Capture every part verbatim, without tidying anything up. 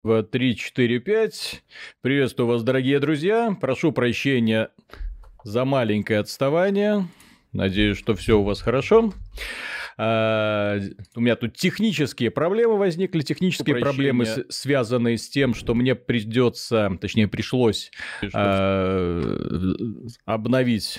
Два, три, четыре, пять. Приветствую вас, дорогие друзья. Прошу прощения за маленькое отставание. Надеюсь, что все у вас хорошо. А, у меня тут технические проблемы возникли. Технические проблемы, с- связанные с тем, что мне придется, точнее, пришлось а, обновить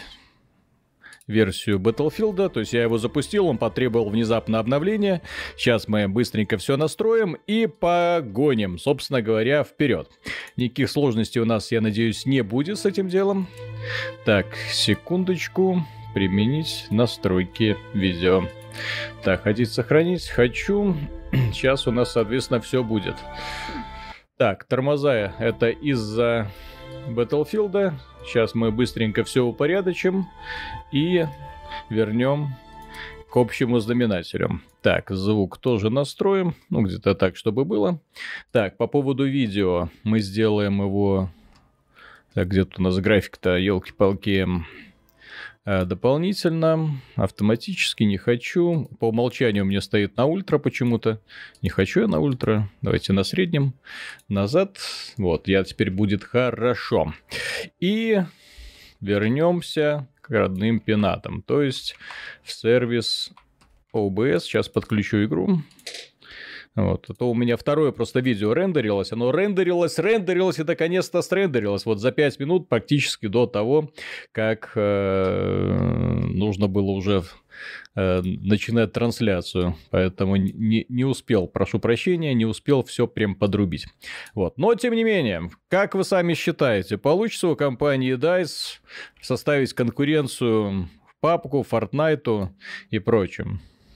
версию Battlefield, то есть я его запустил, он потребовал внезапно обновления. Сейчас мы быстренько все настроим и погоним, собственно говоря, вперед. Никаких сложностей у нас, я надеюсь, не будет с этим делом. Так, секундочку. Применить настройки видео. Так, хотите сохранить? Хочу. Сейчас у нас, соответственно, все будет. Так, тормоза это из-за Battlefield. Сейчас мы быстренько все упорядочим и вернем к общему знаменателю. Так, звук тоже настроим. Ну, где-то так, чтобы было. Так, по поводу видео мы сделаем его... Так, где-то у нас график-то, елки-палки... Дополнительно, автоматически не хочу. По умолчанию у меня стоит на ультра почему-то. Не хочу я на ультра. Давайте на среднем. Назад. Вот, я теперь будет хорошо. И вернемся к родным пенатам. То есть в сервис о бэ эс. Сейчас подключу игру. Вот, а то у меня второе просто видео рендерилось, оно рендерилось, рендерилось и наконец-то срендерилось вот за пять минут практически до того, как э, нужно было уже э, начинать трансляцию, поэтому не, не успел, прошу прощения, не успел все прям подрубить. Вот. Но тем не менее, как вы сами считаете, получится у компании дайс составить конкуренцию пабгу, Fortnite и прочим?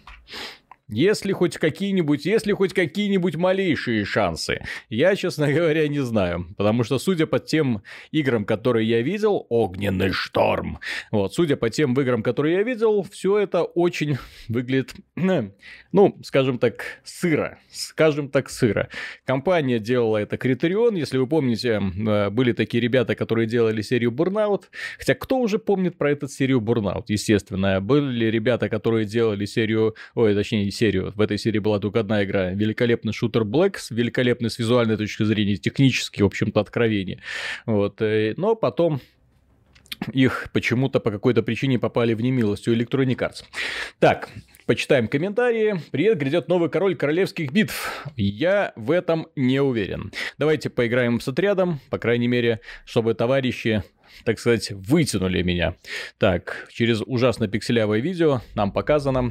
Если хоть какие-нибудь, если хоть какие-нибудь малейшие шансы, я, честно говоря, не знаю. Потому что, судя по тем играм, которые я видел, Огненный шторм, вот, судя по тем играм, которые я видел, все это очень выглядит, ну, скажем так, сыро. Скажем так, сыро. Компания делала это Критерион. Если вы помните, были такие ребята, которые делали серию Burnout. Хотя, кто уже помнит про эту серию Burnout, естественно. Были ребята, которые делали серию, ой, точнее, серию. В этой серии была только одна игра. Великолепный шутер Black, великолепный с визуальной точки зрения, технически, в общем-то, откровение. Вот. Но потом их почему-то по какой-то причине попали в немилость у Electronic Arts. Так, почитаем комментарии. Привет, грядет новый король королевских битв. Я в этом не уверен. Давайте поиграем с отрядом, по крайней мере, чтобы товарищи, так сказать, вытянули меня. Так, через ужасно пикселявое видео нам показано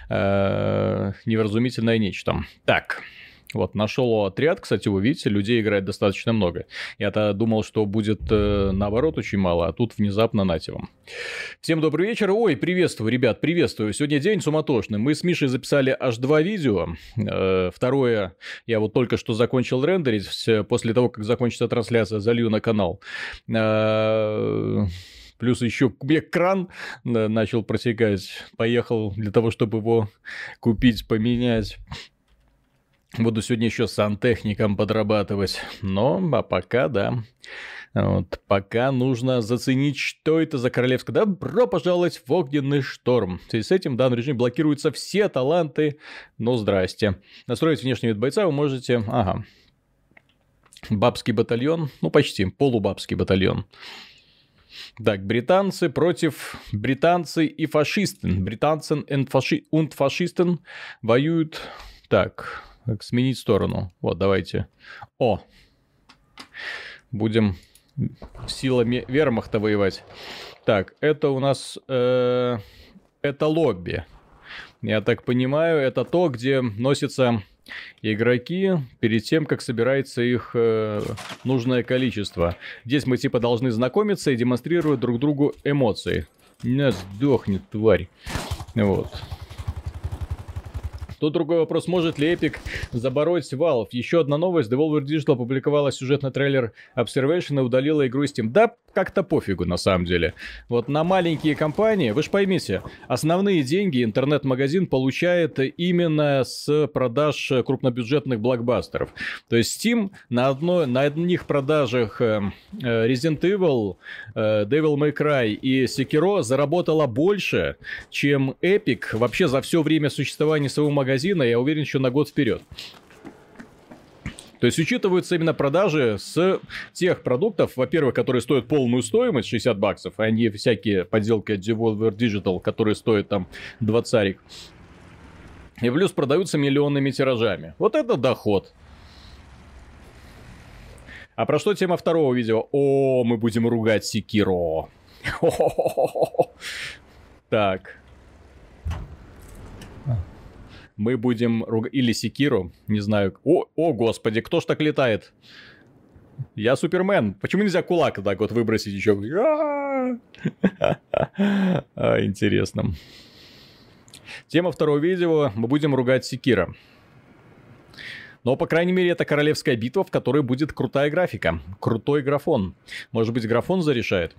э, невразумительное нечто. Так, вот, нашел отряд, кстати, вы видите, людей играет достаточно много. Я-то думал, что будет э, наоборот очень мало, а тут внезапно нате вам. Всем добрый вечер. Ой, приветствую, ребят, приветствую. Сегодня день суматошный. Мы с Мишей записали аж два видео. Э, второе, я вот только что закончил рендерить. После того, как закончится трансляция, залью на канал. Э, Плюс еще экран начал протекать. Поехал для того, чтобы его купить, поменять. Буду сегодня еще сантехником подрабатывать. Но, а пока, да. Вот, пока нужно заценить, что это за королевское. Добро пожаловать в Огненный шторм. В связи с этим в данном режиме блокируются все таланты. Ну, здрасте. Настроить внешний вид бойца вы можете... Ага. Бабский батальон. Ну, почти. Полубабский батальон. Так, британцы против британцы и фашисты. Британцы и фаши... фашисты воюют... Так... Так, сменить сторону. Вот, давайте. О! Будем силами вермахта воевать. Так, это у нас... Э, это лобби. Я так понимаю, это то, где носятся игроки перед тем, как собирается их э, нужное количество. Здесь мы типа должны знакомиться и демонстрировать друг другу эмоции. Не сдохнет, тварь. Вот. Тут другой вопрос, может ли Epic забороть Valve? Еще одна новость. Devolver Digital опубликовала сюжетный трейлер Observation и удалила игру из Steam. Да, как-то пофигу на самом деле. Вот на маленькие компании, вы же поймите, основные деньги интернет-магазин получает именно с продаж крупнобюджетных блокбастеров. То есть Steam на, одной, на одних продажах Resident Evil, Devil May Cry и Sekiro заработала больше, чем Epic вообще за все время существования своего магазина, я уверен, еще на год вперед. То То есть учитываются именно продажи с тех продуктов, во-первых, которые стоят полную стоимость, шестьдесят баксов, а не всякие подделки от Devolver Digital, которые стоят там двадцать. И плюс продаются миллионными тиражами. Вот это доход. А про что тема второго видео? О, мы будем ругать Секиро. Так. Мы будем ругать... Или Секиро, не знаю. О, о, господи, кто ж так летает? Я Супермен. Почему нельзя кулак так вот выбросить еще? Интересно. Тема второго видео. Мы будем ругать Секиро. Но, по крайней мере, это королевская битва, в которой будет крутая графика. Крутой графон. Может быть, графон зарешает?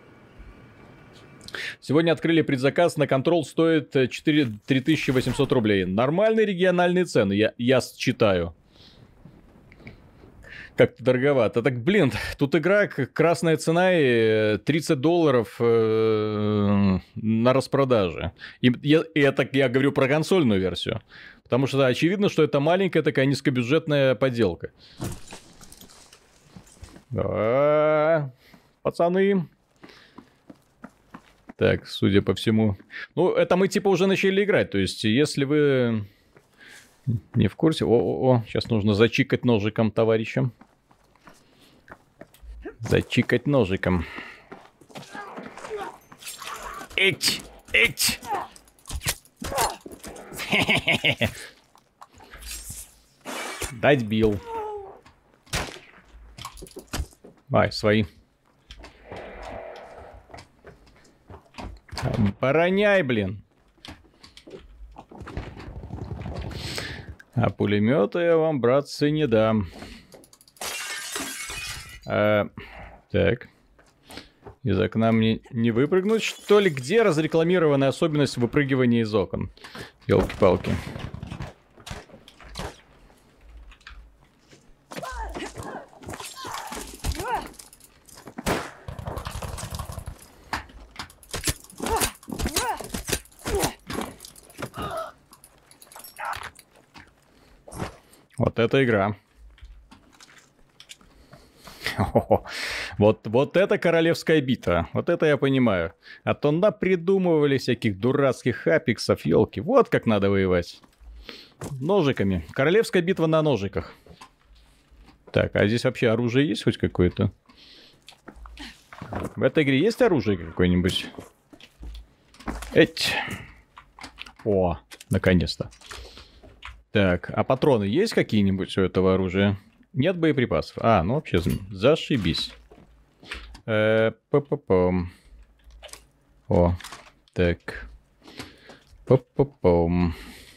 Сегодня открыли предзаказ на Control, стоит три тысячи восемьсот рублей. Нормальные региональные цены, я, я считаю. Как-то дороговато. Так, блин, тут игра, красная цена и тридцать долларов э, на распродаже. И, я, и это я говорю про консольную версию. Потому что да, очевидно, что это маленькая такая низкобюджетная подделка. Да, пацаны. Так, судя по всему. Ну, это мы типа уже начали играть. То есть, если вы не в курсе... О-о-о, сейчас нужно зачикать ножиком товарищам. Зачикать ножиком. Эть! Эть! Дать бил. Ай, свои. Пороняй, блин. А пулемета я вам, братцы, не дам. А, так. Из окна мне не выпрыгнуть, что ли? Где разрекламированная особенность выпрыгивания из окон? Ёлки-палки. Вот это игра. Вот, вот это королевская битва. Вот это я понимаю. А то напридумывали всяких дурацких апексов, елки. Вот как надо воевать. Ножиками. Королевская битва на ножиках. Так, а здесь вообще оружие есть хоть какое-то? В этой игре есть оружие какое-нибудь? Эть. О, наконец-то. Так, а патроны есть какие-нибудь у этого оружия? Нет боеприпасов. А, ну вообще зашибись. Э, па-па-пам. О, так. Па-па-пам.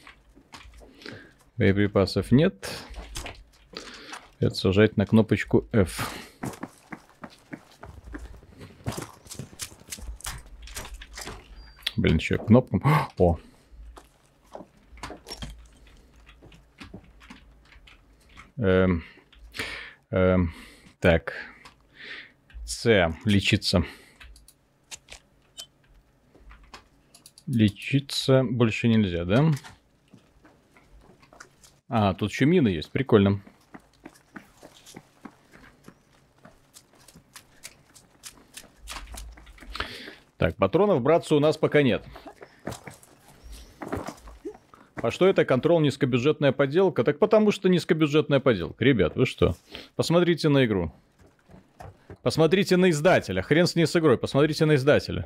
Боеприпасов нет. Это сажать на кнопочку F. Блин, еще кнопку. О. Эм. Эм. Так. С. Лечиться. Лечиться больше нельзя, да? А, тут еще мины есть. Прикольно. Так, патронов, братцы, у нас пока нет. А что это? Control низкобюджетная подделка? Так потому что низкобюджетная подделка. Ребят, вы что? Посмотрите на игру. Посмотрите на издателя. Хрен с ней с игрой. Посмотрите на издателя.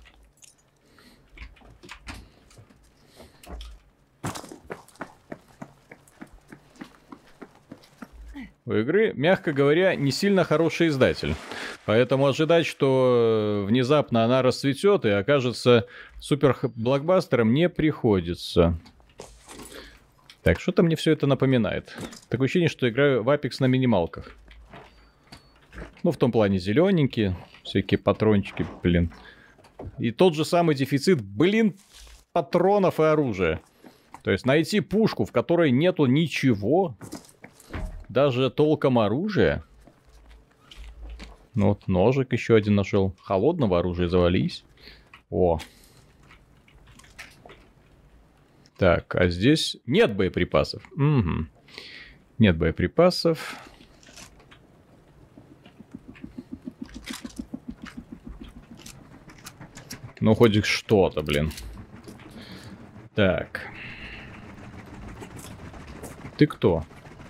У игры, мягко говоря, не сильно хороший издатель. Поэтому ожидать, что внезапно она расцветет и окажется супер-блокбастером, не приходится. Так, что-то мне все это напоминает. Такое ощущение, что играю в Apex на минималках. Ну, в том плане зелененькие, всякие патрончики, блин. И тот же самый дефицит, блин, патронов и оружия. То есть найти пушку, в которой нету ничего, даже толком оружия. Ну вот ножик еще один нашел. Холодного оружия завались. О. Так, а здесь нет боеприпасов. Угу. Нет боеприпасов. Ну, хоть что-то, блин. Так. Ты кто?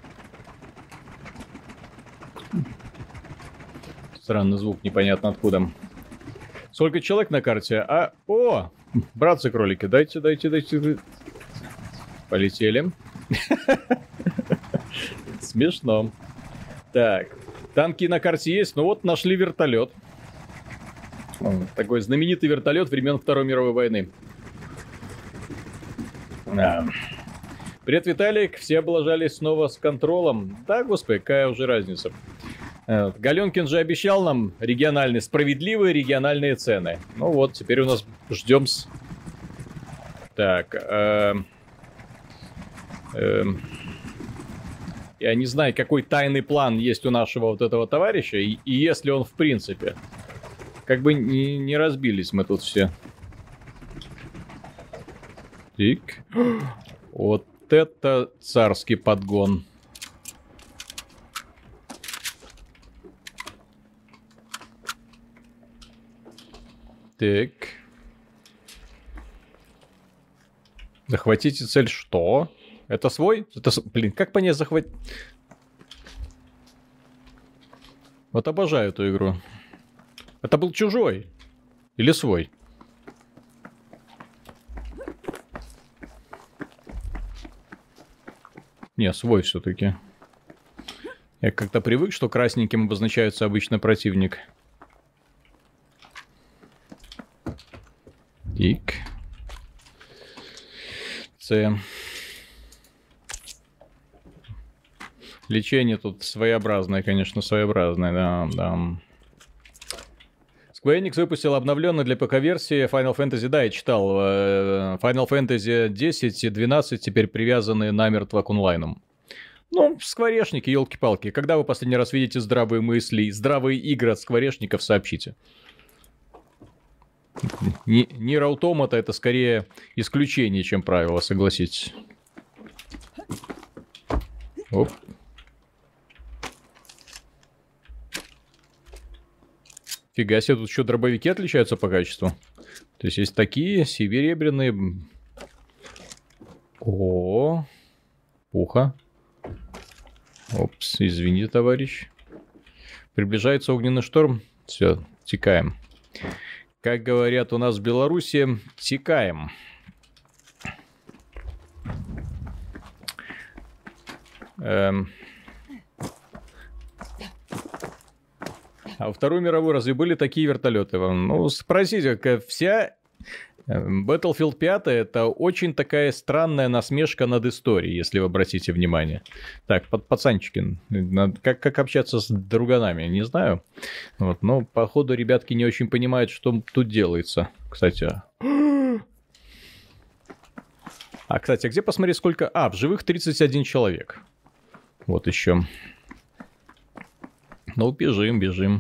Странный звук, непонятно откуда. Сколько человек на карте? А, о, братцы-кролики, дайте, дайте, дайте. Полетели. Смешно. Так, танки на карте есть, но вот нашли вертолет. Такой знаменитый вертолет времен Второй мировой войны. А. Привет, Виталик. Все облажались снова с контролем. Да, господи, какая уже разница. Галенкин же обещал нам региональные, справедливые региональные цены. Ну вот, теперь у нас ждем с... Так. Э, э, я не знаю, какой тайный план есть у нашего вот этого товарища. И, и если он в принципе... Как бы не, не разбились мы тут все. Так. Вот это царский подгон. Так. Захватите цель что? Это свой? Это, блин, как понять захватить? Вот обожаю эту игру. Это был чужой? Или свой? Не, свой все-таки. Я как-то привык, что красненьким обозначается обычно противник. Так. С. Лечение тут своеобразное, конечно, своеобразное, да, да. Square Enix выпустил обновленную для ПК-версии Final Fantasy, да, я читал, Final Fantasy десять и двенадцать теперь привязаны намертво к онлайнам. Ну, скворечники, елки-палки, когда вы последний раз видите здравые мысли, здравые игры от скворечников, сообщите. Нир Automata это скорее исключение, чем правило, согласитесь. Оп. Фига себе, тут еще дробовики отличаются по качеству. То есть есть такие серебряные. О, пуха. Опс, извини, товарищ. Приближается огненный шторм. Все, текаем. Как говорят у нас в Беларуси, текаем. Эм... А во Вторую мировую разве были такие вертолеты? Ну, спросите, вся Battlefield пять это очень такая странная насмешка над историей, если вы обратите внимание. Так, под, пацанчики, как, как общаться с друганами, не знаю. Вот, но, походу, ребятки не очень понимают, что тут делается. Кстати. А, кстати, а где посмотреть, сколько... А, в живых тридцать один человек. Вот еще. Ну, бежим, бежим.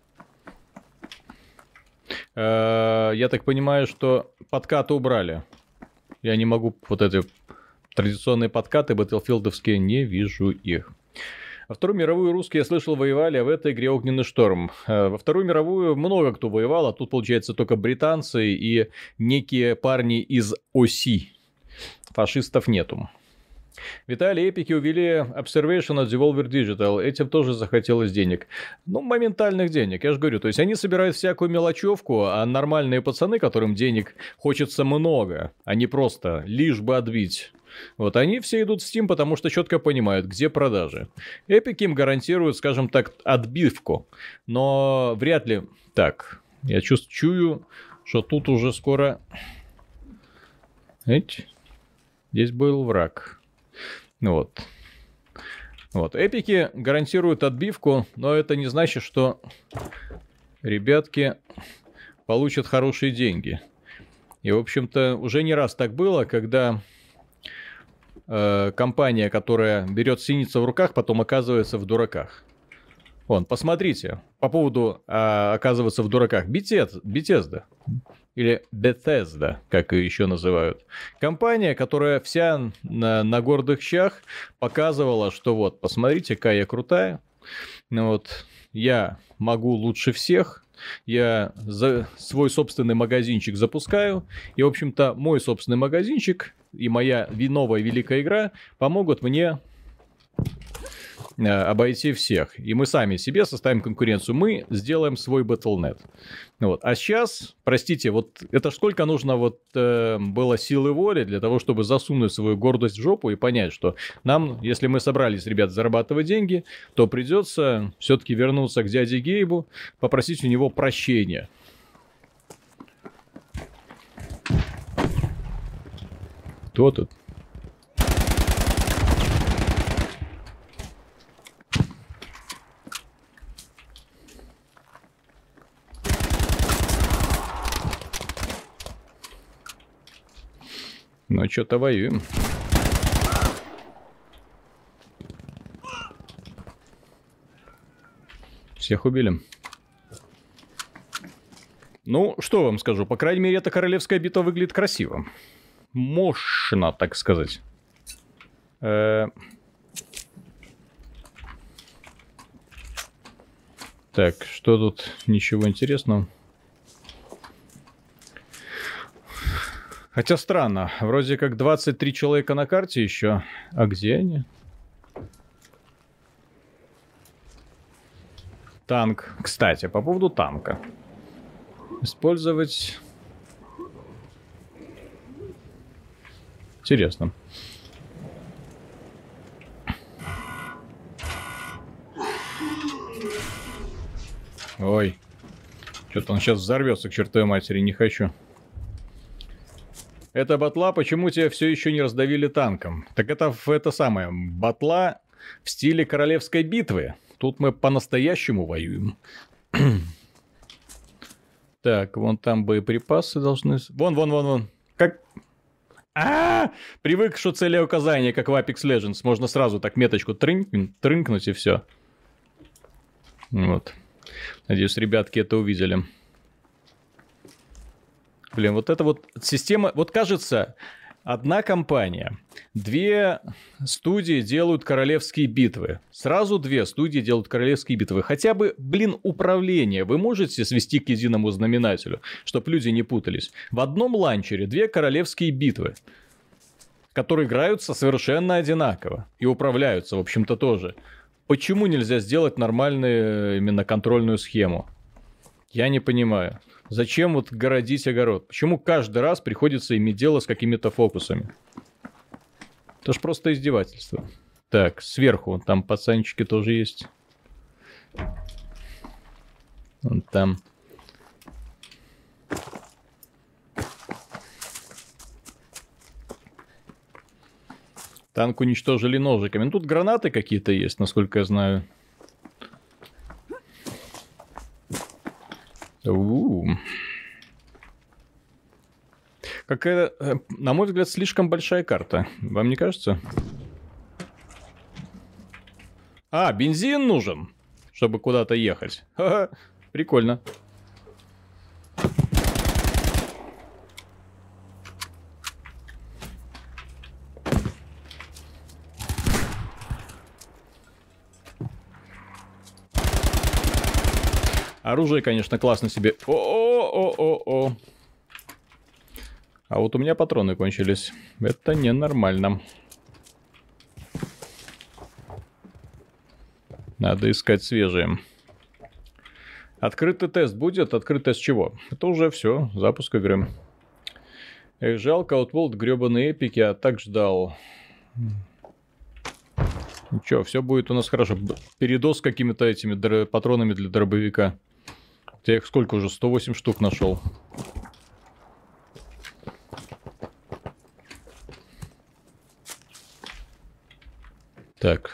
Э-э, я так понимаю, что подкаты убрали. Я не могу вот эти традиционные подкаты батлфилдовские, не вижу их. Во Вторую мировую русские, я слышал, воевали, а в этой игре огненный шторм. Во Вторую мировую много кто воевал, а тут, получается, только британцы и некие парни из Оси. Фашистов нету. Виталий, эпики увели Observation от Devolver Digital. Этим тоже захотелось денег. Ну, моментальных денег, я же говорю. То есть они собирают всякую мелочевку, а нормальные пацаны, которым денег хочется много, а не просто лишь бы отбить. Вот они все идут в Steam, потому что четко понимают, где продажи. Эпики им гарантируют, скажем так, отбивку. Но вряд ли... Так, я чувствую, что тут уже скоро... Эть? Здесь был враг. Вот. Вот. Эпики гарантируют отбивку, но это не значит, что ребятки получат хорошие деньги. И, в общем-то, уже не раз так было, когда э, компания, которая берет синица в руках, потом оказывается в дураках. Вон, посмотрите, по поводу а, оказываться в дураках. Bethesda. Или Bethesda, как ее еще называют. Компания, которая вся на, на гордых щах показывала, что вот, посмотрите, какая я крутая. Ну вот, я могу лучше всех. Я за свой собственный магазинчик запускаю. И, в общем-то, мой собственный магазинчик и моя новая великая игра помогут мне обойти всех. И мы сами себе составим конкуренцию. Мы сделаем свой бэтл точка нет. Вот. А сейчас, простите, вот это сколько нужно вот э, было силы воли для того, чтобы засунуть свою гордость в жопу и понять, что нам, если мы собрались, ребят, зарабатывать деньги, то придется все-таки вернуться к дяде Гейбу, попросить у него прощения. Кто тут? Ну, что-то воюем. Всех убили. Ну, что вам скажу. По крайней мере, эта королевская битва выглядит красиво. Мощно, так сказать. Э... Так, что тут? Ничего интересного. Хотя странно, вроде как двадцать три человека на карте еще. А где они? Танк. Кстати, по поводу танка. Использовать... Интересно. Ой. Что-то он сейчас взорвется к чертовой матери, не хочу. Это батла, почему тебя все еще не раздавили танком? Так это, это самое, батла в стиле королевской битвы. Тут мы по-настоящему воюем. Так, вон там боеприпасы должны... Вон, вон, вон, вон. Как... А-а-а! Привык, что целеуказание, как в Apex Legends. Можно сразу так меточку трынк... трынкнуть и все. Вот. Надеюсь, ребятки это увидели. Блин, вот эта вот система... Вот кажется, одна компания, две студии делают королевские битвы. Сразу две студии делают королевские битвы. Хотя бы, блин, управление вы можете свести к единому знаменателю, чтобы люди не путались. В одном ланчере две королевские битвы, которые играются совершенно одинаково. И управляются, в общем-то, тоже. Почему нельзя сделать нормальную именно контрольную схему? Я не понимаю. Зачем вот городить огород? Почему каждый раз приходится иметь дело с какими-то фокусами? Это ж просто издевательство. Так, сверху, там пацанчики тоже есть. Вон там. Танк уничтожили ножиками. Ну, тут гранаты какие-то есть, насколько я знаю. У-у-у. Какая, на мой взгляд, слишком большая карта. Вам не кажется? А, бензин нужен, чтобы куда-то ехать. Ха-ха, прикольно. Оружие, конечно, классно себе. О-о-о-о-о. А вот у меня патроны кончились. Это ненормально. Надо искать свежие. Открытый тест будет? Открытый тест чего? Это уже все. Запуск игры. Эх, жалко, Outworld гребаные эпики, а так ждал. Ничего, все будет у нас хорошо. Передос с какими-то этими др... патронами для дробовика. Я их сколько уже? сто восемь штук нашел. Так.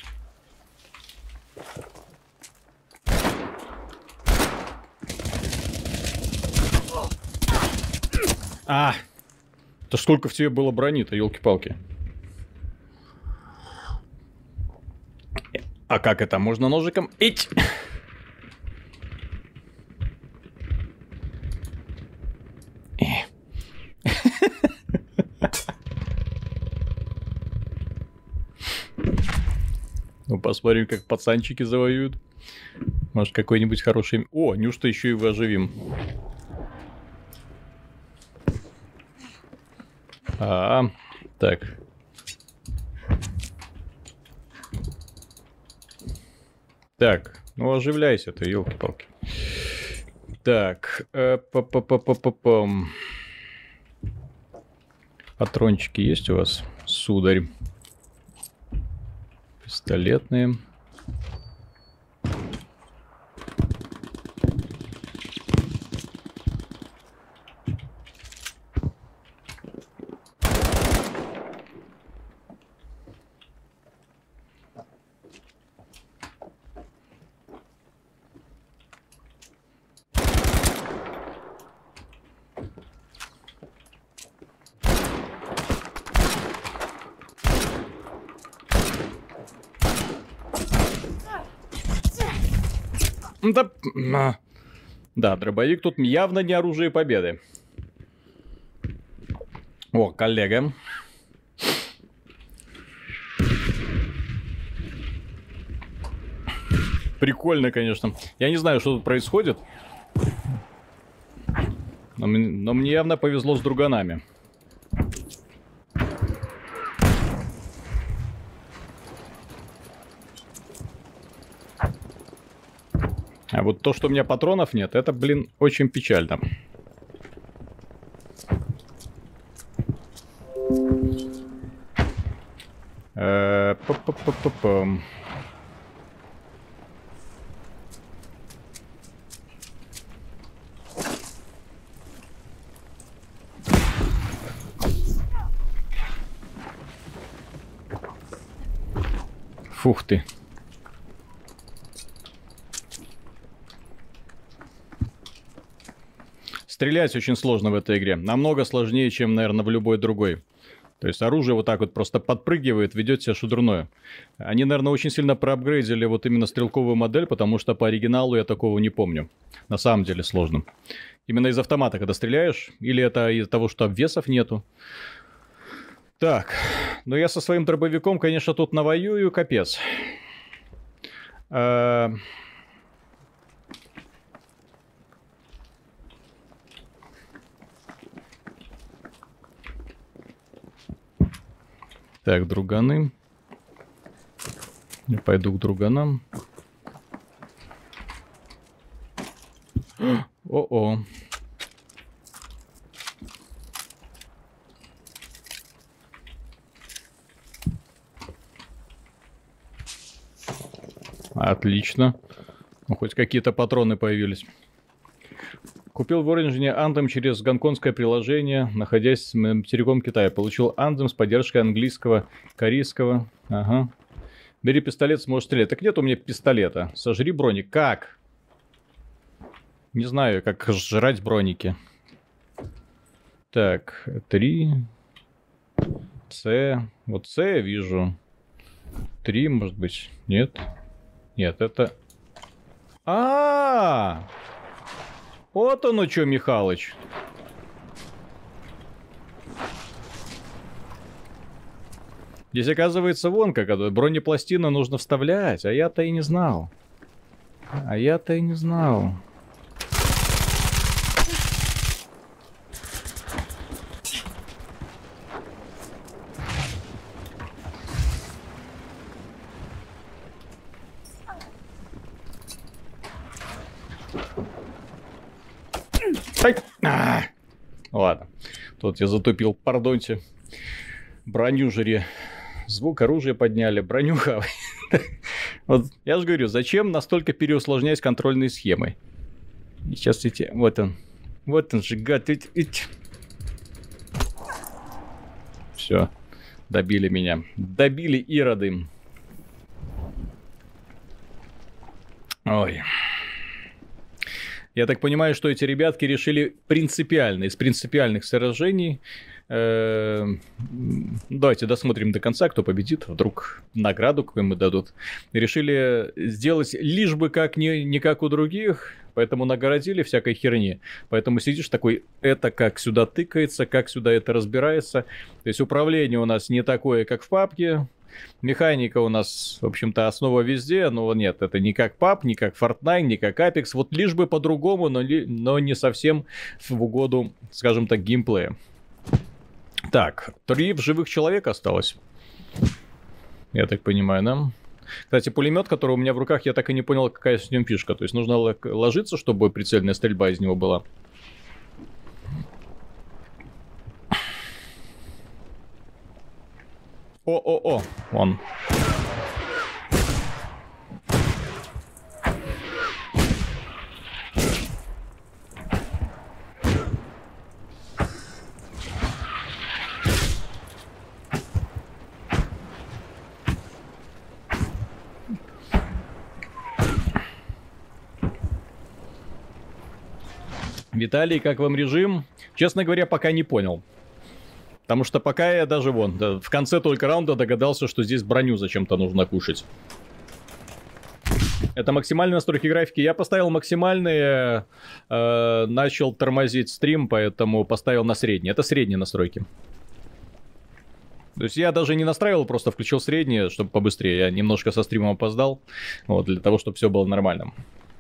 А! Да сколько в тебе было брони-то, елки-палки. А как это? Можно ножиком? Ить! Ну, посмотрим, как пацанчики завоюют. Может, какой-нибудь хороший... О, неужто еще его оживим? А, так. Так, ну оживляйся ты, елки-палки. Так, э, па-па-па-па-па-пам. Патрончики есть у вас, сударь? Пистолетные. Да, да, дробовик тут явно не оружие победы. О, коллега. Прикольно, конечно. Я не знаю, что тут происходит. Но, но мне явно повезло с друганами. А вот то, что у меня патронов нет, это, блин, очень печально. Э, па-па-па-па-пам. Фух ты. Стрелять очень сложно в этой игре. Намного сложнее, чем, наверное, в любой другой. То есть оружие вот так вот просто подпрыгивает, ведет себя шудурное. Они, наверное, очень сильно проапгрейдили вот именно стрелковую модель, потому что по оригиналу я такого не помню. На самом деле сложно. Именно из автомата, когда стреляешь, или это из-за того, что обвесов нету. Так, ну я со своим дробовиком, конечно, тут навоюю, капец. А... Так, друганы. Я пойду к друганам. О-о. Отлично. Ну, хоть какие-то патроны появились. Купил в Origin Anthem через гонконгское приложение, находясь на материком Китая. Получил Anthem с поддержкой английского, корейского. Ага. Бери пистолет, сможешь стрелять. Так нет у меня пистолета. Сожри броник. Как? Не знаю, как жрать броники. Так, три. С. Вот С я вижу. Три, может быть. Нет. Нет, это... А-а-а! Вот оно что, Михалыч. Здесь, оказывается, вон как это. Бронепластину нужно вставлять. А я-то и не знал. А я-то и не знал. А! Ладно. Тут я затупил, пардоньте. Броню жри. Звук оружия подняли, броню хавай. Вот, я же говорю, зачем настолько переусложнять контрольные схемы? И сейчас эти... Вот он. Вот он же, гад. Все. Добили меня. Добили ироды. Ой. Я так понимаю, что эти ребятки решили принципиально, из принципиальных сражений Э, давайте досмотрим до конца, кто победит. Вдруг награду какую-нибудь дадут. Решили сделать лишь бы как не, не как у других, поэтому нагородили всякой херни. Поэтому сидишь такой, это как сюда тыкается, как сюда это разбирается. То есть управление у нас не такое, как в пабге. Механика у нас, в общем-то, основа везде, но нет, это не как пабг, не как Fortnite, не как Apex, вот лишь бы по-другому, но, ли, но не совсем в угоду, скажем так, геймплея. Так, три в живых человека осталось, я так понимаю, да? Кстати, пулемет, который у меня в руках, я так и не понял, какая с ним фишка, то есть нужно ложиться, чтобы прицельная стрельба из него была. О-о-о, он. Виталий, как вам режим? Честно говоря, пока не понял. Потому что пока я даже вон, да, в конце только раунда догадался, что здесь броню зачем-то нужно кушать. Это максимальные настройки графики. Я поставил максимальные, э, начал тормозить стрим, поэтому поставил на средние. Это средние настройки. То есть я даже не настраивал, просто включил средние, чтобы побыстрее. Я немножко со стримом опоздал, вот, для того, чтобы все было нормально.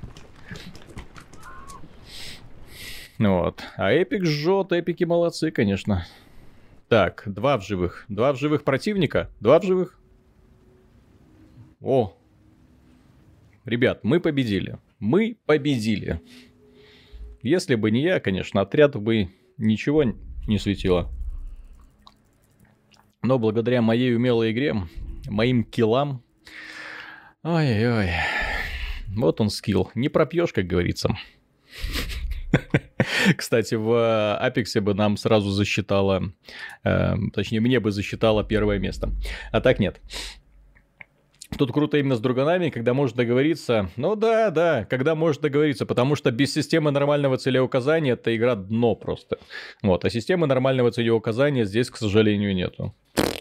Вот. А эпик жжет, эпики молодцы, конечно. Так, два в живых. Два в живых противника. Два в живых. О. Ребят, мы победили. Мы победили. Если бы не я, конечно, отряд бы ничего не светило. Но благодаря моей умелой игре, моим киллам... Ой-ой-ой. Вот он скилл. Не пропьешь, как говорится. Кстати, в Апексе бы нам сразу засчитало, э, точнее, мне бы засчитало первое место. А так нет. Тут круто именно с друганами, когда можешь договориться. Ну да, да, когда можешь договориться, потому что без системы нормального целеуказания эта игра дно просто. Вот, а системы нормального целеуказания здесь, к сожалению, нету.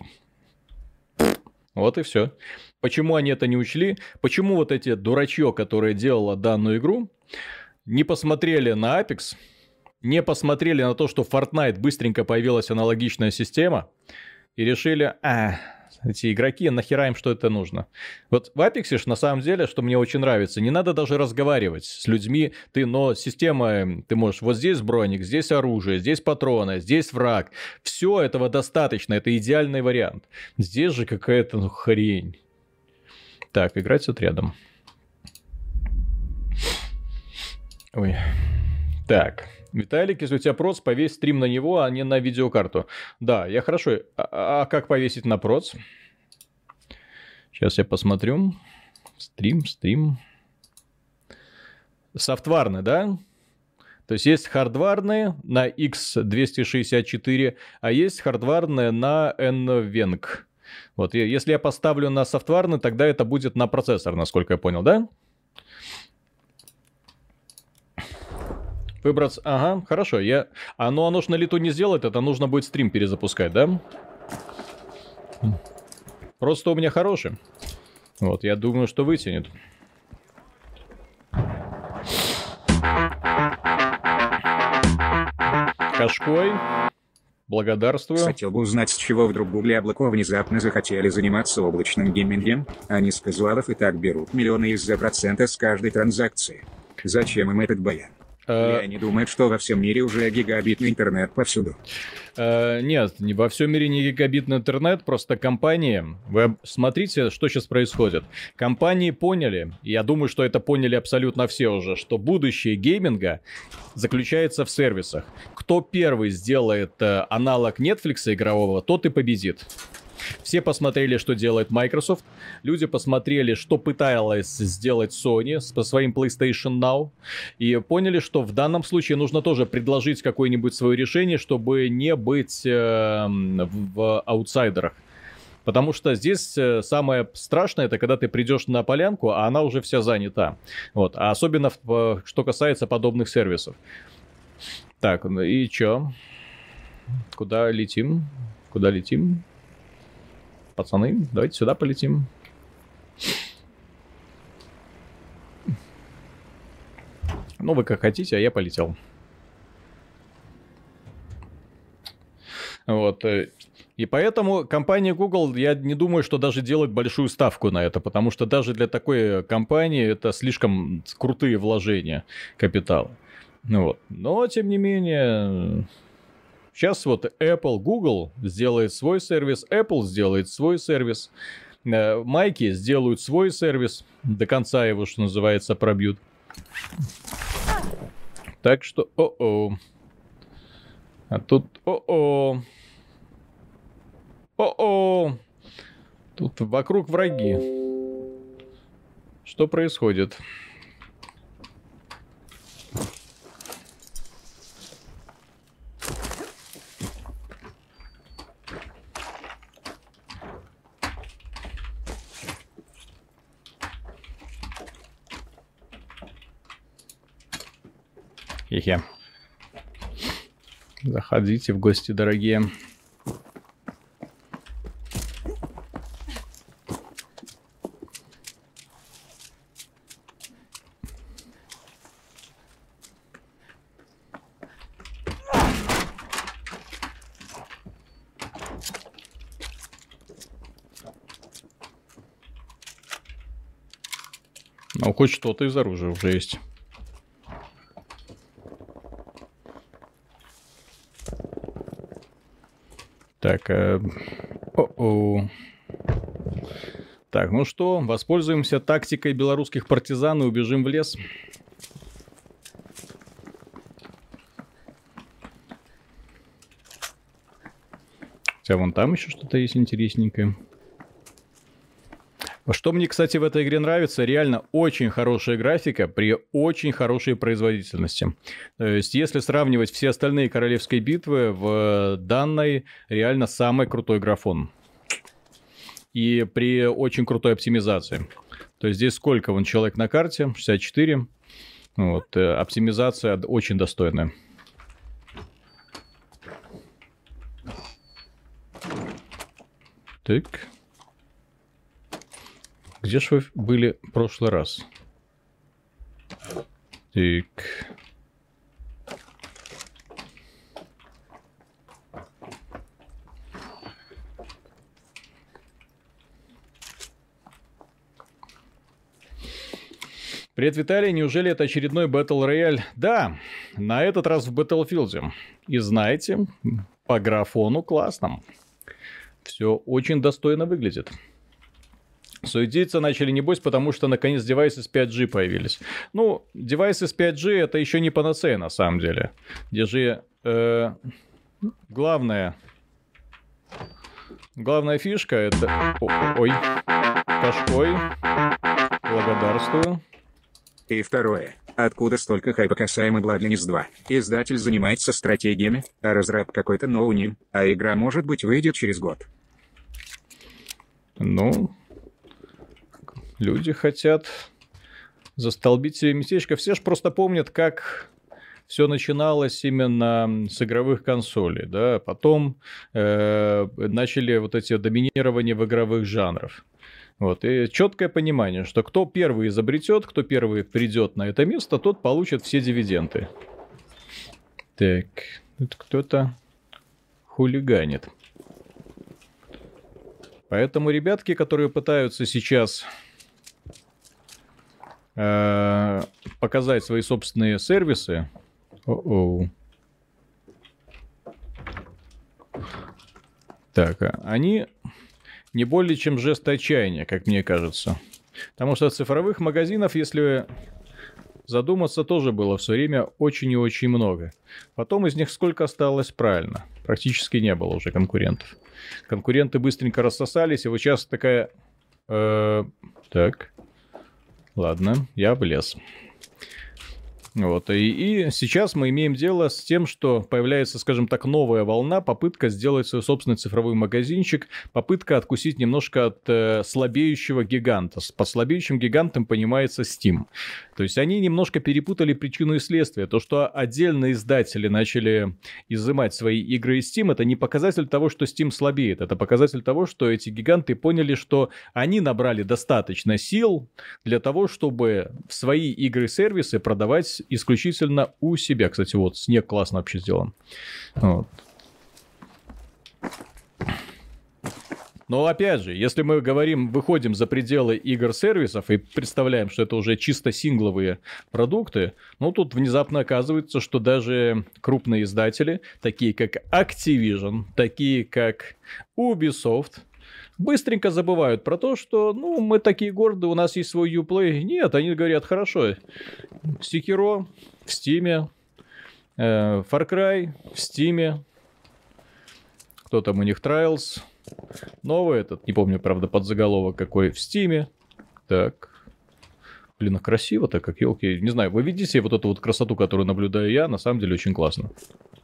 Вот и все. Почему они это не учли? Почему вот эти дурачье, которое делало данную игру, не посмотрели на Apex, не посмотрели на то, что в Fortnite быстренько появилась аналогичная система, и решили, а, эти игроки, нахера им что это нужно? Вот в Apex, на самом деле, что мне очень нравится, не надо даже разговаривать с людьми, ты, но система, ты можешь, вот здесь броник, здесь оружие, здесь патроны, здесь враг, все этого достаточно, это идеальный вариант. Здесь же какая-то ну, хрень. Так, играть с отрядом. Ой. Так, Виталик, если у тебя проц, повесь стрим на него, а не на видеокарту. Да, я хорошо. А, а как повесить на проц? Сейчас я посмотрю. Стрим, стрим. Софтварный, да? То есть есть хардварные на икс двести шестьдесят четыре, а есть хардварные на NVENC. Вот, если я поставлю на софтварный, тогда это будет на процессор, насколько я понял, да? Выбраться... Ага, хорошо. Я... А ну оно ж на лету не сделает, это нужно будет стрим перезапускать, да? Просто у меня хороший. Вот, я думаю, что вытянет. Кашкой. Благодарствую. Хотел бы узнать, с чего вдруг Гугли Облакова внезапно захотели заниматься облачным геймингом. Они с казуалов и так берут миллионы из-за процента с каждой транзакции. Зачем им этот баян? Или они думают, что во всем мире уже гигабитный интернет повсюду? Uh, нет, не во всем мире не гигабитный интернет, просто компании... Вы смотрите, что сейчас происходит. Компании поняли, я думаю, что это поняли абсолютно все уже, что будущее гейминга заключается в сервисах. Кто первый сделает uh, аналог Netflix игрового, тот и победит. Все посмотрели, что делает Microsoft. Люди посмотрели, что пыталась сделать Sony со своим PlayStation Now. И поняли, что в данном случае нужно тоже предложить какое-нибудь свое решение, чтобы не быть э, в аутсайдерах. Потому что здесь самое страшное, это когда ты придешь на полянку, а она уже вся занята. Вот. А особенно, в, что касается подобных сервисов. Так, и чё? Куда летим? Куда летим? Пацаны, давайте сюда полетим. Ну, вы как хотите, а я полетел. Вот. И поэтому компания Google, я не думаю, что даже делает большую ставку на это, потому что даже для такой компании это слишком крутые вложения капитала. Ну вот. Но, тем не менее, сейчас вот Apple, Google сделает свой сервис, Apple сделает свой сервис, Майки сделают свой сервис, до конца его, что называется, пробьют. Так что, о-о. А тут, о-о. О-о. Тут вокруг враги. Что происходит? Хе-хе. Заходите в гости, дорогие. Ну, хоть что-то из оружия уже есть. Так, э... о-о. Так, ну что, воспользуемся тактикой белорусских партизан и убежим в лес. Хотя вон там еще что-то есть интересненькое. Что мне, кстати, в этой игре нравится, реально очень хорошая графика при очень хорошей производительности. То есть, если сравнивать все остальные королевские битвы, в данной реально самый крутой графон. И при очень крутой оптимизации. То есть, здесь сколько вон человек на карте? шестьдесят четыре. Вот, оптимизация очень достойная. Так... Где ж вы были в прошлый раз? Так. Привет, Виталий. Неужели это очередной Battle Royale? Да, на этот раз в Battlefield. И знаете, по графону классном. Все очень достойно выглядит. Суетиться начали, небось, потому что наконец девайсы с пять джи появились. Ну, девайсы с пять джи это еще не панацея на самом деле. Держи, э, главное, главная фишка это... О, ой, Кашкой, благодарствую. И второе. Откуда столько хайпа касаемо Bloodlines два? Издатель занимается стратегиями, а разраб какой-то ноуним, а игра, может быть, выйдет через год. Ну... Люди хотят застолбить себе местечко. Все же просто помнят, как все начиналось именно с игровых консолей. Да? Потом э, начали вот эти доминирования в игровых жанрах. Вот. И четкое понимание, что кто первый изобретет, кто первый придет на это место, тот получит все дивиденды. Так, тут кто-то хулиганит. Поэтому ребятки, которые пытаются сейчас... показать свои собственные сервисы. О-оу. Так, они не более чем жест отчаяния, как мне кажется. Потому что цифровых магазинов, если задуматься, тоже было в свое время очень и очень много. Потом из них сколько осталось правильно? Практически не было уже конкурентов. Конкуренты быстренько рассосались, и вот сейчас такая... Э, так... Ладно, я влез. Вот. И, и сейчас мы имеем дело с тем, что появляется, скажем так, новая волна, попытка сделать свой собственный цифровой магазинчик, попытка откусить немножко от э, слабеющего гиганта. Под слабеющим гигантом понимается Steam. То есть они немножко перепутали причину и следствие. То, что отдельные издатели начали изымать свои игры из Steam, это не показатель того, что Steam слабеет. Это показатель того, что эти гиганты поняли, что они набрали достаточно сил для того, чтобы свои игры-сервисы продавать исключительно у себя. Кстати, вот, снег классно вообще сделан. Вот. Но опять же, если мы говорим, выходим за пределы игр-сервисов и представляем, что это уже чисто сингловые продукты, ну тут внезапно оказывается, что даже крупные издатели, такие как Activision, такие как Ubisoft, быстренько забывают про то, что, ну, мы такие гордые, у нас есть свой Uplay. Нет, они говорят, хорошо, Sekiro в Steam, э, Far Cry в Steam, кто там у них, Trials, новый этот, не помню, правда, подзаголовок какой, в Steam. Так, блин, а красиво-то, как елки. Не знаю, вы видите вот эту вот красоту, которую наблюдаю я, на самом деле очень классно.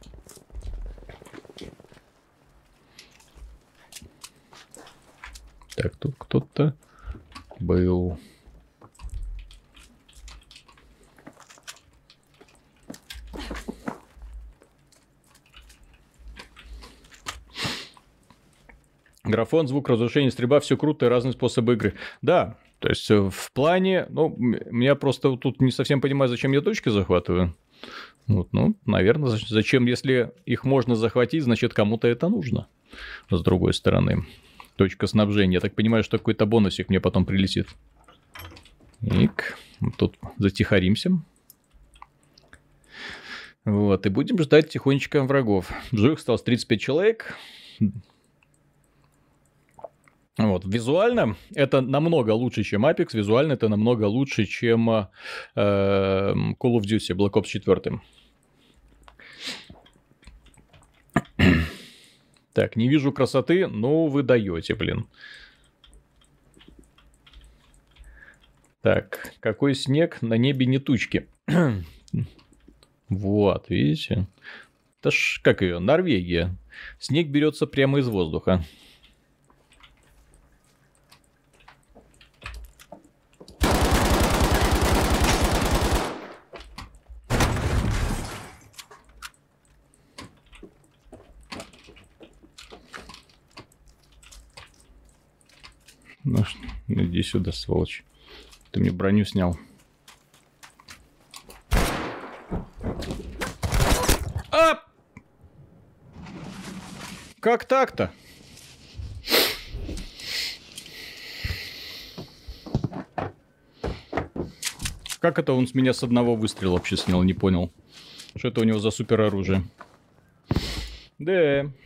Так, тут кто-то был. Графон, звук, разрушение, стрельба, все круто и разные способы игры. Да, то есть в плане, ну, я просто тут не совсем понимаю, зачем я точки захватываю. Вот, ну, наверное, зачем, если их можно захватить, значит, кому-то это нужно. С другой стороны. Точка снабжения. Я так понимаю, что какой-то бонусик мне потом прилетит. Ик. Тут затихаримся. Вот. И будем ждать тихонечко врагов. В живых осталось тридцать пять человек. Вот. Визуально это намного лучше, чем Apex. Визуально это намного лучше, чем э, Call of Duty Black Ops четыре. Так, не вижу красоты, но вы даете, блин. Так, какой снег, на небе не тучки. Вот, видите? Это ж, как ее, Норвегия. Снег берется прямо из воздуха. Ну, иди сюда, сволочь. Ты мне броню снял. А! Как так-то? Как это он с меня с одного выстрела вообще снял, не понял. Что это у него за супероружие? Да.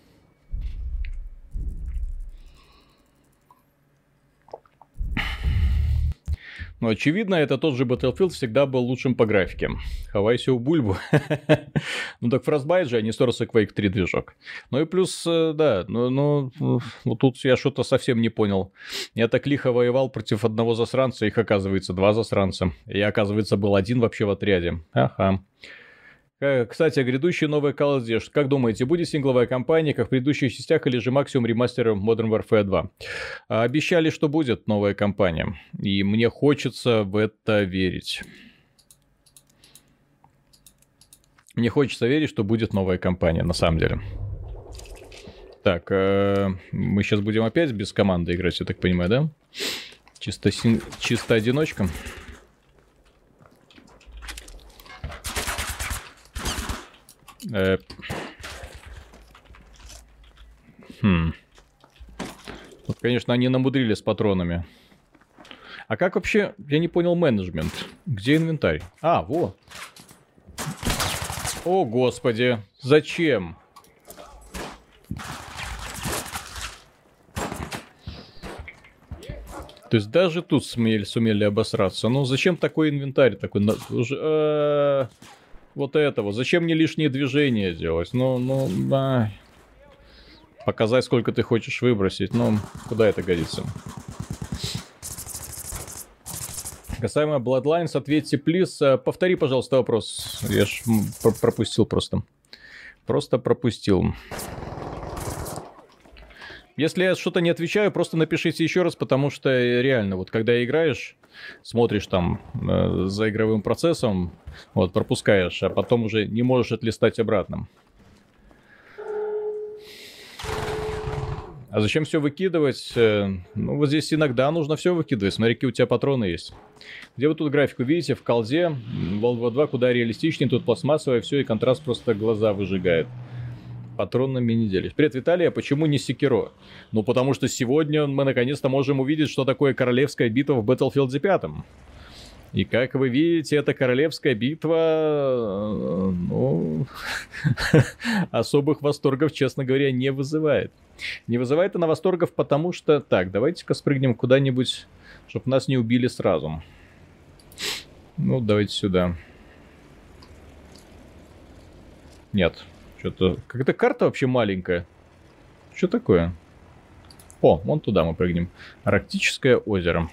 Но, очевидно, это тот же Battlefield всегда был лучшим по графике. Хавайся у бульбу. Ну так Frostbite же, а не Source и Quake три движок. Ну и плюс, да, ну, ну вот тут я что-то совсем не понял. Я так лихо воевал против одного засранца, их оказывается два засранца. Я, оказывается, был один вообще в отряде. Ага. Кстати, о грядущей новой Call of Duty. Как думаете, будет сингловая кампания, как в предыдущих частях, или же максимум ремастер Modern Warfare два? Обещали, что будет новая кампания. И мне хочется в это верить. Мне хочется верить, что будет новая кампания, на самом деле. Так, э, мы сейчас будем опять без команды играть, я так понимаю, да? Чисто, син... Чисто одиночка. Э... Хм. Вот, конечно, они намудрили с патронами. А как вообще, я не понял, менеджмент? Где инвентарь? А, во. О, господи, зачем? То есть даже тут сумели, сумели обосраться. Ну, зачем такой инвентарь? Такой... Уже... Вот этого. Зачем мне лишние движения делать? Ну, ну, да. Показать, сколько ты хочешь выбросить. Ну, куда это годится? Касаемо Bloodlines, ответьте, плиз. Повтори, пожалуйста, вопрос. Я ж пропустил просто. Просто пропустил. Если я что-то не отвечаю, просто напишите еще раз, потому что реально, вот когда играешь, смотришь там э, за игровым процессом, вот, пропускаешь, а потом уже не можешь отлистать обратно. А зачем все выкидывать? Ну, вот здесь иногда нужно все выкидывать. Смотри, какие у тебя патроны есть. Где вы тут графику видите? В колде. World War два куда реалистичнее. Тут пластмассовое все, и контраст просто глаза выжигает. Патронами не делись. Привет, Виталий, а почему не Секиро? Ну, потому что сегодня мы наконец-то можем увидеть, что такое королевская битва в Battlefield пять. И как вы видите, эта королевская битва, ну, особых восторгов, честно говоря, не вызывает. Не вызывает она восторгов, потому что... Так, давайте-ка спрыгнем куда-нибудь, чтобы нас не убили сразу. Ну, давайте сюда. Нет. Что-то... Как-то карта вообще маленькая. Что такое? О, вон туда мы прыгнем. Арктическое озеро.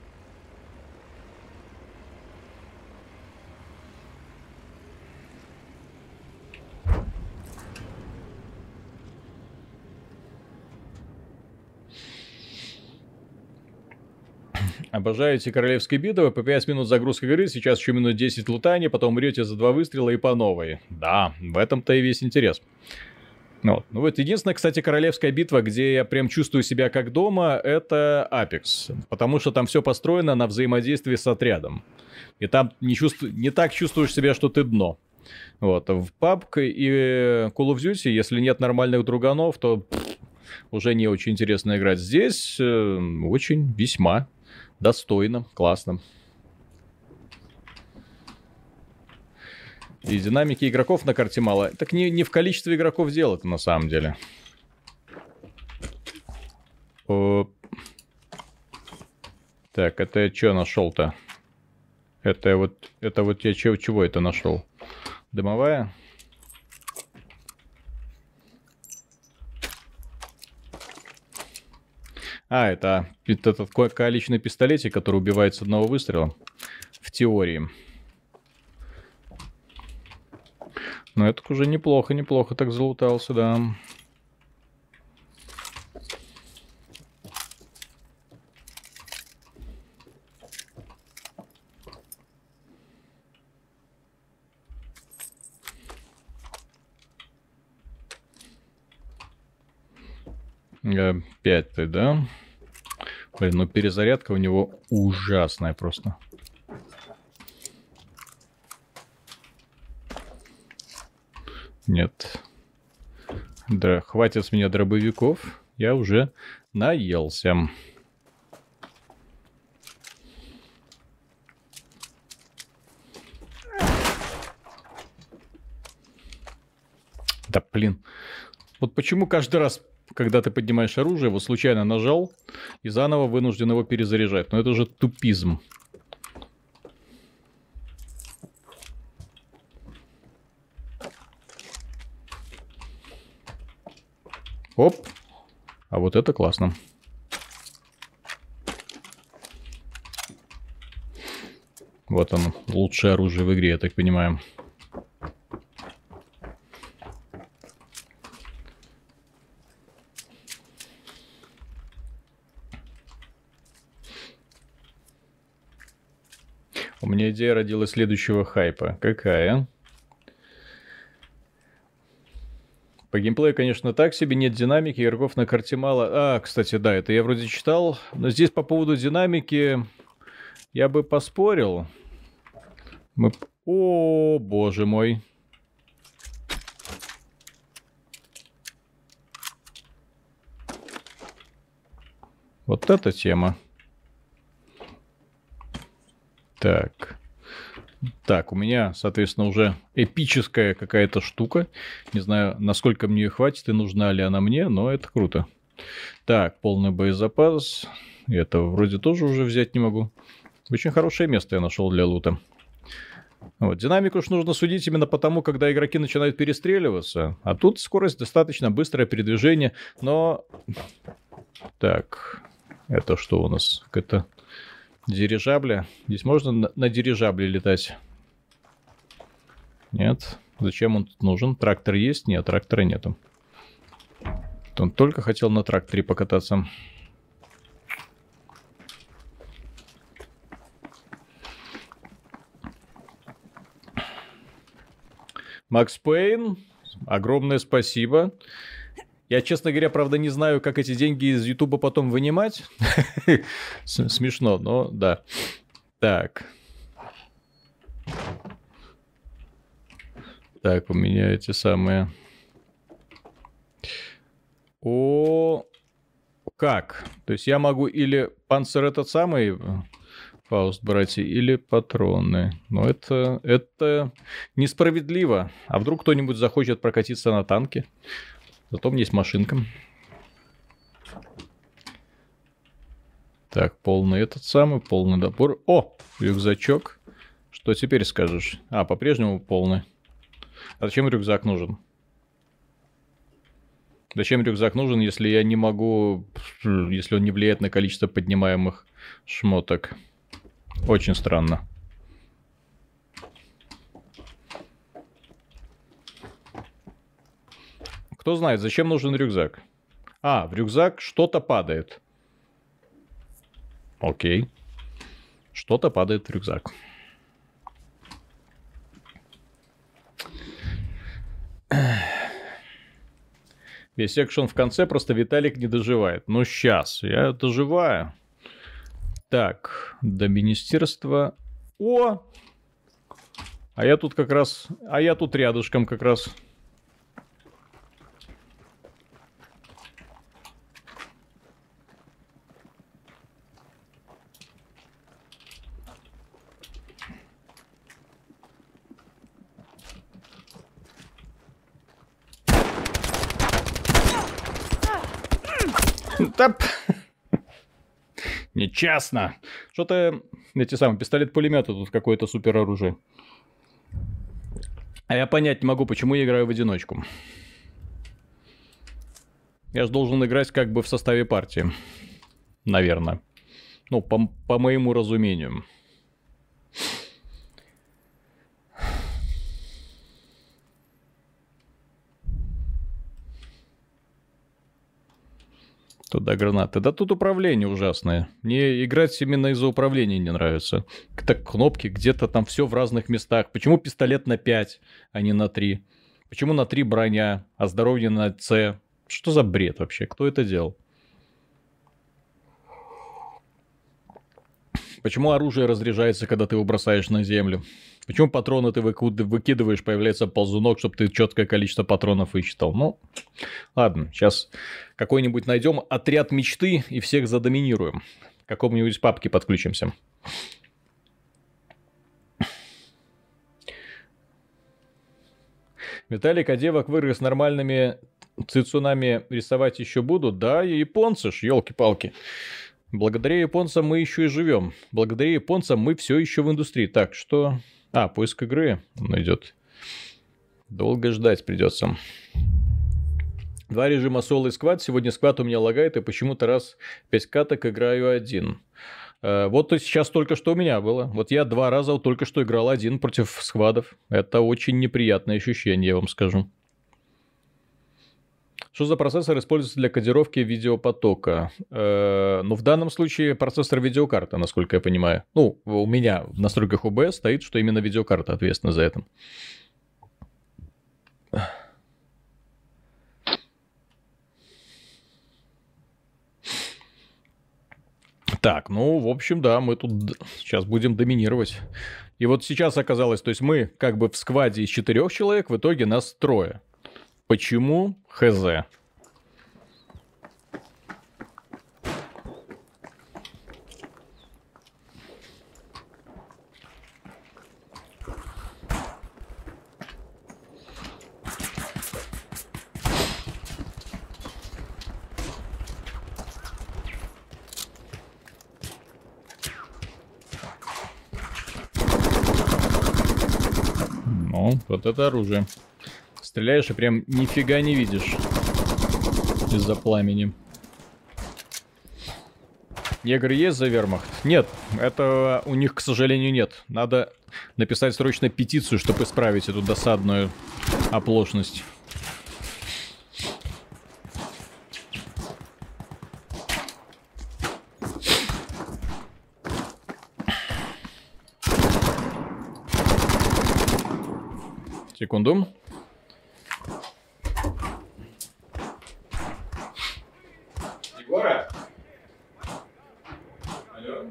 Обожаю эти королевские битвы, по пять минут загрузка игры, сейчас еще минут десять лутания, потом умрете за два выстрела и по новой. Да, в этом-то и весь интерес. Вот. Ну вот, единственная, кстати, королевская битва, где я прям чувствую себя как дома, это Apex. Потому что там все построено на взаимодействии с отрядом. И там не, чувств... не так чувствуешь себя, что ты дно. Вот. В пабг и Call of Duty, если нет нормальных друганов, то пфф, уже не очень интересно играть. Здесь э, очень, весьма... достойно, классно. И динамики игроков на карте мало. Так не, не в количестве игроков дело-то на самом деле. О... Так, это я что нашел-то? Это вот, это вот я чего, чего это нашел? Дымовая? А, это этот коаличный пистолетик, который убивает с одного выстрела. В теории. Но это уже неплохо, неплохо так залутался, да. Пять-то, да? Блин, ну перезарядка у него ужасная просто. Нет. Да, хватит с меня дробовиков. Я уже наелся. Да, блин. Вот почему каждый раз, когда ты поднимаешь оружие, его случайно нажал и заново вынужден его перезаряжать. Но это же тупизм. Оп. А вот это классно. Вот оно, лучшее оружие в игре, я так понимаю. У меня идея родилась следующего хайпа. Какая? По геймплею, конечно, так себе, нет динамики, игроков на карте мало. А, кстати, да, это я вроде читал. Но здесь по поводу динамики я бы поспорил. Мы... О, боже мой. Вот эта тема. Так. Так, у меня, соответственно, уже эпическая какая-то штука. Не знаю, насколько мне ее хватит и нужна ли она мне, но это круто. Так, полный боезапас. Это вроде тоже уже взять не могу. Очень хорошее место я нашел для лута. Вот. Динамику уж нужно судить именно потому, когда игроки начинают перестреливаться. А тут скорость достаточно быстрое передвижение. Но... Так, это что у нас? Это... Дирижабля. Здесь можно на, на дирижабле летать? Нет. Зачем он тут нужен? Трактор есть? Нет, трактора нету. Он только хотел на тракторе покататься. Макс Пейн, огромное спасибо. Я, честно говоря, правда, не знаю, как эти деньги из Ютуба потом вынимать. Смешно, но да. Так. Так, у меня эти самые... О, как? То есть я могу или панцир этот самый... Фауст, братья, или патроны. Но это, это несправедливо. А вдруг кто-нибудь захочет прокатиться на танке? Зато у меня есть машинка. Так, полный этот самый, полный набор. О, рюкзачок. Что теперь скажешь? А, по-прежнему полный. А зачем рюкзак нужен? Зачем рюкзак нужен, если я не могу... Если он не влияет на количество поднимаемых шмоток? Очень странно. Кто знает, зачем нужен рюкзак? А, в рюкзак что-то падает. Окей. Что-то падает в рюкзак. Весь экшен в конце, просто Виталик не доживает. Ну, сейчас, я доживаю. Так, до министерства. О! А я тут как раз... А я тут рядышком как раз. Тап! Нечестно. Что-то эти самые пистолет-пулеметы тут какое-то супер оружие. А я понять не могу, почему я играю в одиночку. Я же должен играть как бы в составе партии. Наверное. Ну, по, по моему разумению. Туда гранаты. Да тут управление ужасное. Мне играть именно из-за управления не нравится. Так кнопки где-то там все в разных местах. Почему пистолет на пять, а не на три? Почему на три броня, а здоровье на С? Что за бред вообще? Кто это делал? Почему оружие разряжается, когда ты его бросаешь на землю? Почему патроны ты выкидываешь, появляется ползунок, чтобы ты четкое количество патронов высчитал? Ну, ладно, сейчас какой-нибудь найдем отряд мечты и всех задоминируем. К какому-нибудь папке подключимся. Виталик, а девок вырос с нормальными цицунами рисовать еще будут? Да, и японцы ж, елки-палки. Благодаря японцам мы еще и живем. Благодаря японцам мы все еще в индустрии. Так, что... А, поиск игры он идет. Долго ждать придется. Два режима соло и сквад. Сегодня сквад у меня лагает, и почему-то раз пять каток играю один. Э, вот сейчас только что у меня было. Вот я два раза вот только что играл один против сквадов. Это очень неприятное ощущение, я вам скажу. Что за процессор используется для кодировки видеопотока? Э, ну, в данном случае процессор видеокарты, насколько я понимаю. Ну, у меня в настройках о бэ эс стоит, что именно видеокарта ответственна за это. Так, ну, в общем, да, мы тут сейчас будем доминировать. И вот сейчас оказалось, то есть мы как бы в скваде из четырех человек, в итоге нас трое. Почему? Хз. Ну, вот это оружие. Стреляешь и прям нифига не видишь из-за пламени. Негры есть за вермахт? Нет, это у них, к сожалению, нет. Надо написать срочно петицию, чтобы исправить эту досадную оплошность. Секунду. Егора? Алло?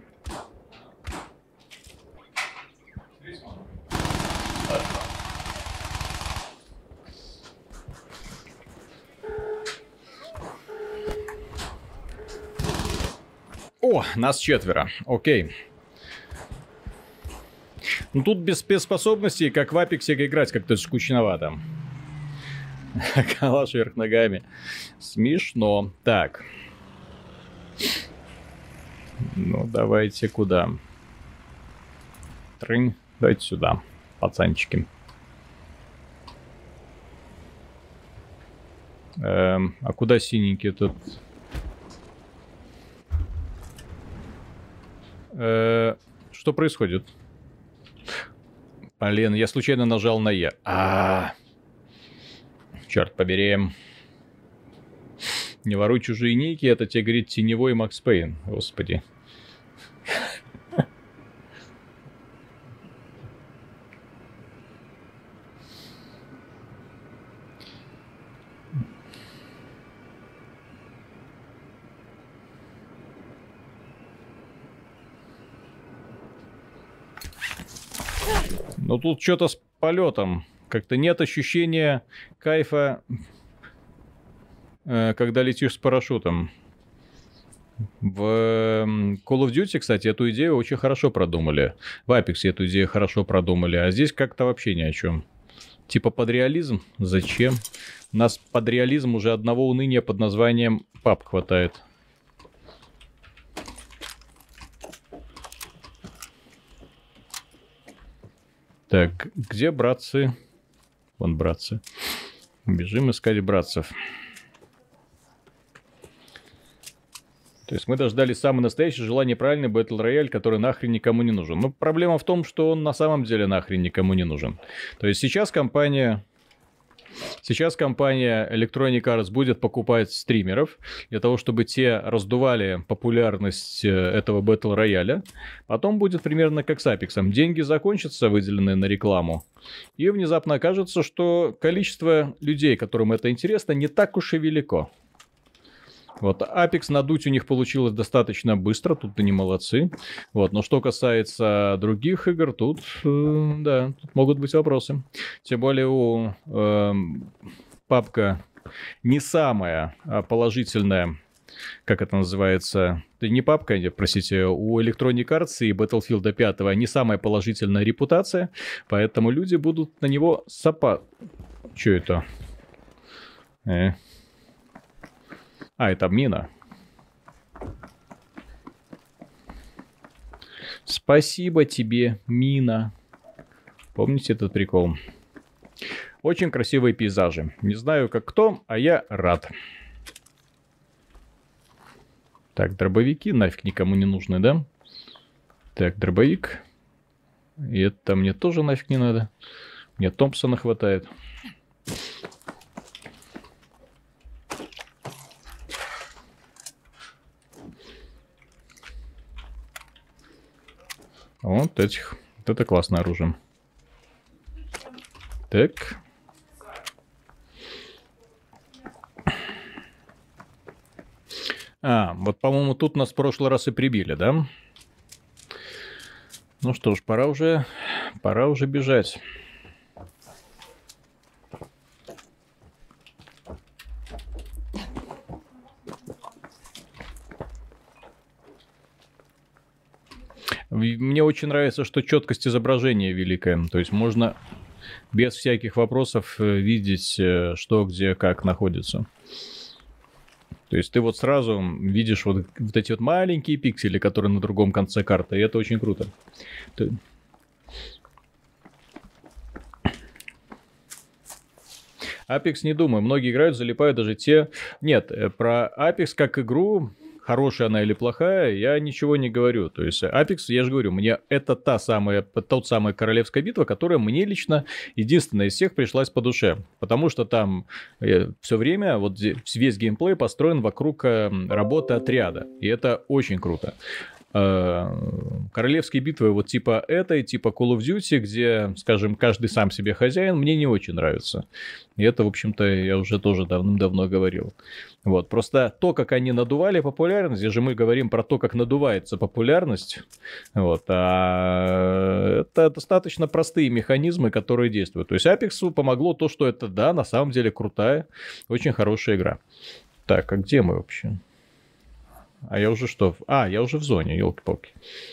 О, нас четверо. Окей. Ну тут без спецспособностей, как в Апексе, играть как-то скучновато. Калаш вверх ногами. Смешно. Так. Ну, давайте куда? Трынь. Давайте сюда, пацанчики. Эм, а куда синенький тут? Э, что происходит? Блин, я случайно нажал на Е. А, черт побери. Не воруй чужие ники, это тебе говорит Теневой Макс Пейн. Господи. Ну тут что-то с полетом. Как-то нет ощущения кайфа, э, когда летишь с парашютом. В Call of Duty, кстати, эту идею очень хорошо продумали. В Apex эту идею хорошо продумали, а здесь как-то вообще ни о чем. Типа под реализм? Зачем? У нас под реализм уже одного уныния под названием паб хватает. Так, где братцы? Вон братцы. Бежим искать братцев. То есть мы дождались самый настоящий, желание правильный Battle Royale, который нахрен никому не нужен. Но проблема в том, что он на самом деле нахрен никому не нужен. То есть сейчас компания... Сейчас компания Electronic Arts будет покупать стримеров для того, чтобы те раздували популярность этого Battle Royale. Потом будет примерно как с Apex. Деньги закончатся, выделенные на рекламу. И внезапно окажется, что количество людей, которым это интересно, не так уж и велико. Вот, Apex надуть у них получилось достаточно быстро, тут они молодцы. Вот, но что касается других игр, тут, э, да, тут могут быть вопросы. Тем более у э, папка не самая положительная, как это называется, это не папка, простите, у Electronic Arts и Battlefield пять не самая положительная репутация, поэтому люди будут на него сапа... Чё это? Э. А, это мина. Спасибо тебе, мина. Помните этот прикол? Очень красивые пейзажи. Не знаю, как кто, а я рад. Так, дробовики нафиг никому не нужны, да? Так, дробовик. И это мне тоже нафиг не надо. Мне Томпсона хватает. Вот этих. Вот это классное оружие. Так. А, вот, по-моему, тут нас в прошлый раз и прибили, да? Ну что ж, пора уже, пора уже бежать. Мне очень нравится, что четкость изображения великая. То есть можно без всяких вопросов видеть, что, где, как находится. То есть ты вот сразу видишь вот, вот эти вот маленькие пиксели, которые на другом конце карты. И это очень круто. Ты... Apex не думаю. Многие играют, залипают даже те... Нет, про Apex как игру... хорошая она или плохая, я ничего не говорю. То есть Apex, я же говорю, мне это та самая, тот самая королевская битва, которая мне лично единственная из всех пришлась по душе. Потому что там все время, вот весь геймплей построен вокруг работы отряда. И это очень круто. Королевские битвы вот типа этой, типа Call of Duty, где, скажем, каждый сам себе хозяин, мне не очень нравится. И это, в общем-то, я уже тоже давным-давно говорил. Вот. Просто то, как они надували популярность, здесь же мы говорим про то, как надувается популярность, вот, а это достаточно простые механизмы, которые действуют. То есть Apex помогло то, что это, да, на самом деле крутая, очень хорошая игра. Так, а где мы вообще? А я уже что? А, я уже в зоне, елки-палки.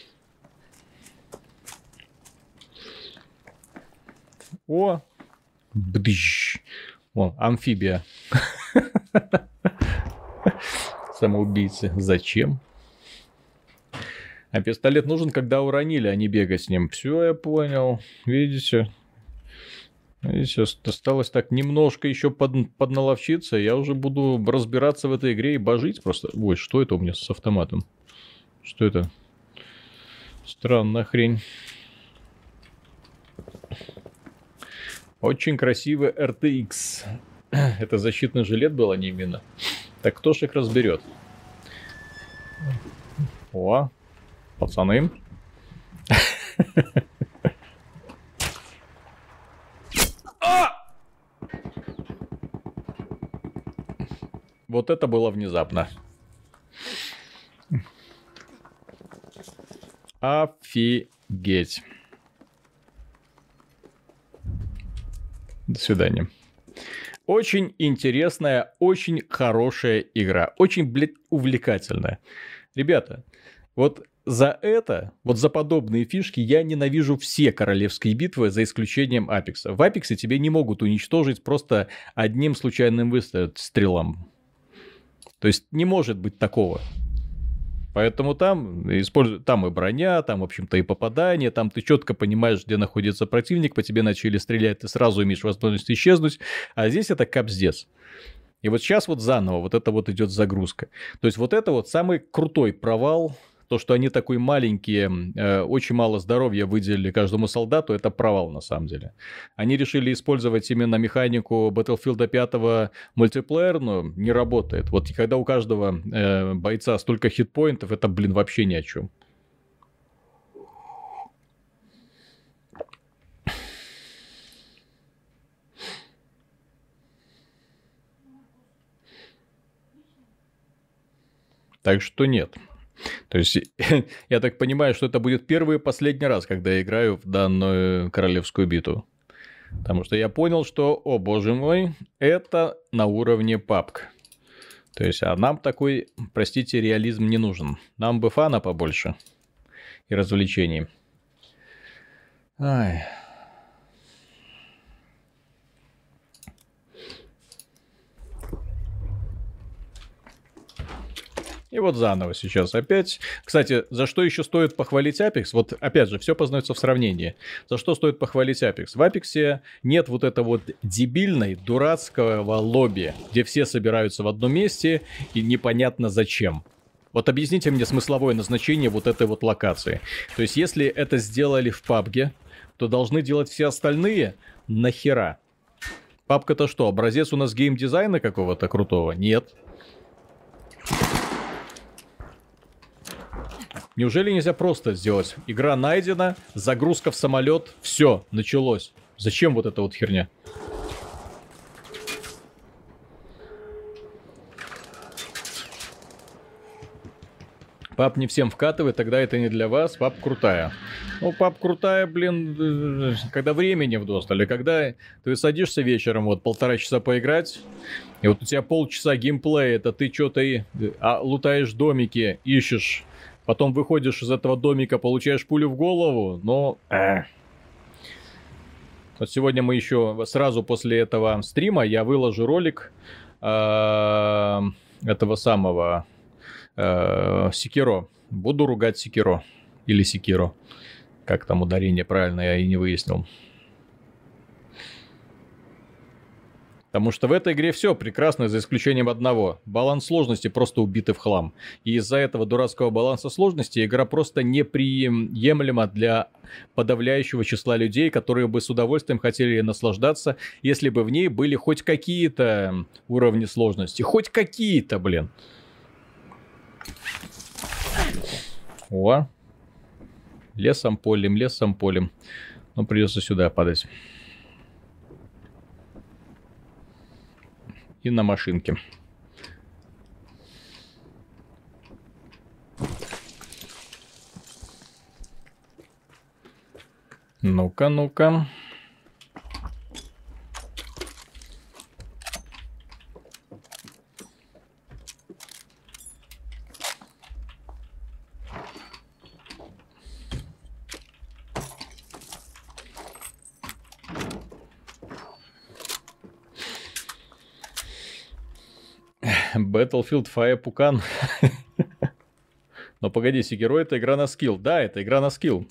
О! Бдыщ. О, амфибия. Самоубийцы. Зачем? А пистолет нужен, когда уронили, а не бегать с ним. Все, я понял. Видите? Видите, осталось так немножко еще под, подналовчиться. Я уже буду разбираться в этой игре и божить просто. Ой, что это у меня с автоматом? Что это? Странная хрень. Очень красивый эр ти икс. Это защитный жилет был, а не мина. Так кто ж их разберет? О, пацаны. Вот это было внезапно. Офигеть. До свидания. Очень интересная, очень хорошая игра. Очень, блядь, увлекательная. Ребята, вот за это, вот за подобные фишки я ненавижу все королевские битвы, за исключением Апекса. В Апексе тебе не могут уничтожить просто одним случайным выстрелом. То есть не может быть такого. Поэтому там, используют, там и броня, там, в общем-то, и попадание, там ты четко понимаешь, где находится противник, по тебе начали стрелять, ты сразу имеешь возможность исчезнуть, а здесь это капздец. И вот сейчас вот заново вот это вот идет загрузка. То есть вот это вот самый крутой провал. То, что они такой маленькие, э, очень мало здоровья выделили каждому солдату, это провал на самом деле. Они решили использовать именно механику Battlefield пять мультиплеер, но не работает. Вот когда у каждого э, бойца столько хитпоинтов, это, блин, вообще ни о чем. Так что нет. То есть, я так понимаю, что это будет первый и последний раз, когда я играю в данную королевскую битву. Потому что я понял, что, о боже мой, это на уровне пабг. То есть, а нам такой, простите, реализм не нужен. Нам бы фана побольше и развлечений. Ай... И вот заново сейчас опять. Кстати, за что еще стоит похвалить Apex? Вот опять же, все познается в сравнении. За что стоит похвалить Apex? В Apex нет вот этого вот дебильной, дурацкого лобби, где все собираются в одном месте и непонятно зачем. Вот объясните мне смысловое назначение вот этой вот локации. То есть, если это сделали в пабге, то должны делать все остальные нахера? Пабг-то что, образец у нас геймдизайна какого-то крутого? Нет. Неужели нельзя просто сделать? Игра найдена, загрузка в самолет, все, началось. Зачем вот эта вот херня? Паб не всем вкатывает, тогда это не для вас. Паб крутая. Ну, паб крутая, блин, когда времени вдосталь. Или когда ты садишься вечером, вот, полтора часа поиграть, и вот у тебя полчаса геймплея, это ты что-то и а, лутаешь домики, ищешь. Потом выходишь из этого домика, получаешь пулю в голову, но... Э. Вот сегодня мы еще, сразу после этого стрима, я выложу ролик э, этого самого э, Секиро. Буду ругать Секиро. Или Секиро. Как там ударение правильно, я и не выяснил. Потому что в этой игре все прекрасно, за исключением одного. Баланс сложности просто убиты в хлам. И из-за этого дурацкого баланса сложности игра просто неприемлема для подавляющего числа людей, которые бы с удовольствием хотели наслаждаться, если бы в ней были хоть какие-то уровни сложности. Хоть какие-то, блин. О. Лесом полем, лесом полем. Ну, придется сюда падать. И на машинке. Ну-ка, ну-ка. Battlefield Fire Пукан. Но погоди, Секиро — это игра на скилл. Да, это игра на скилл.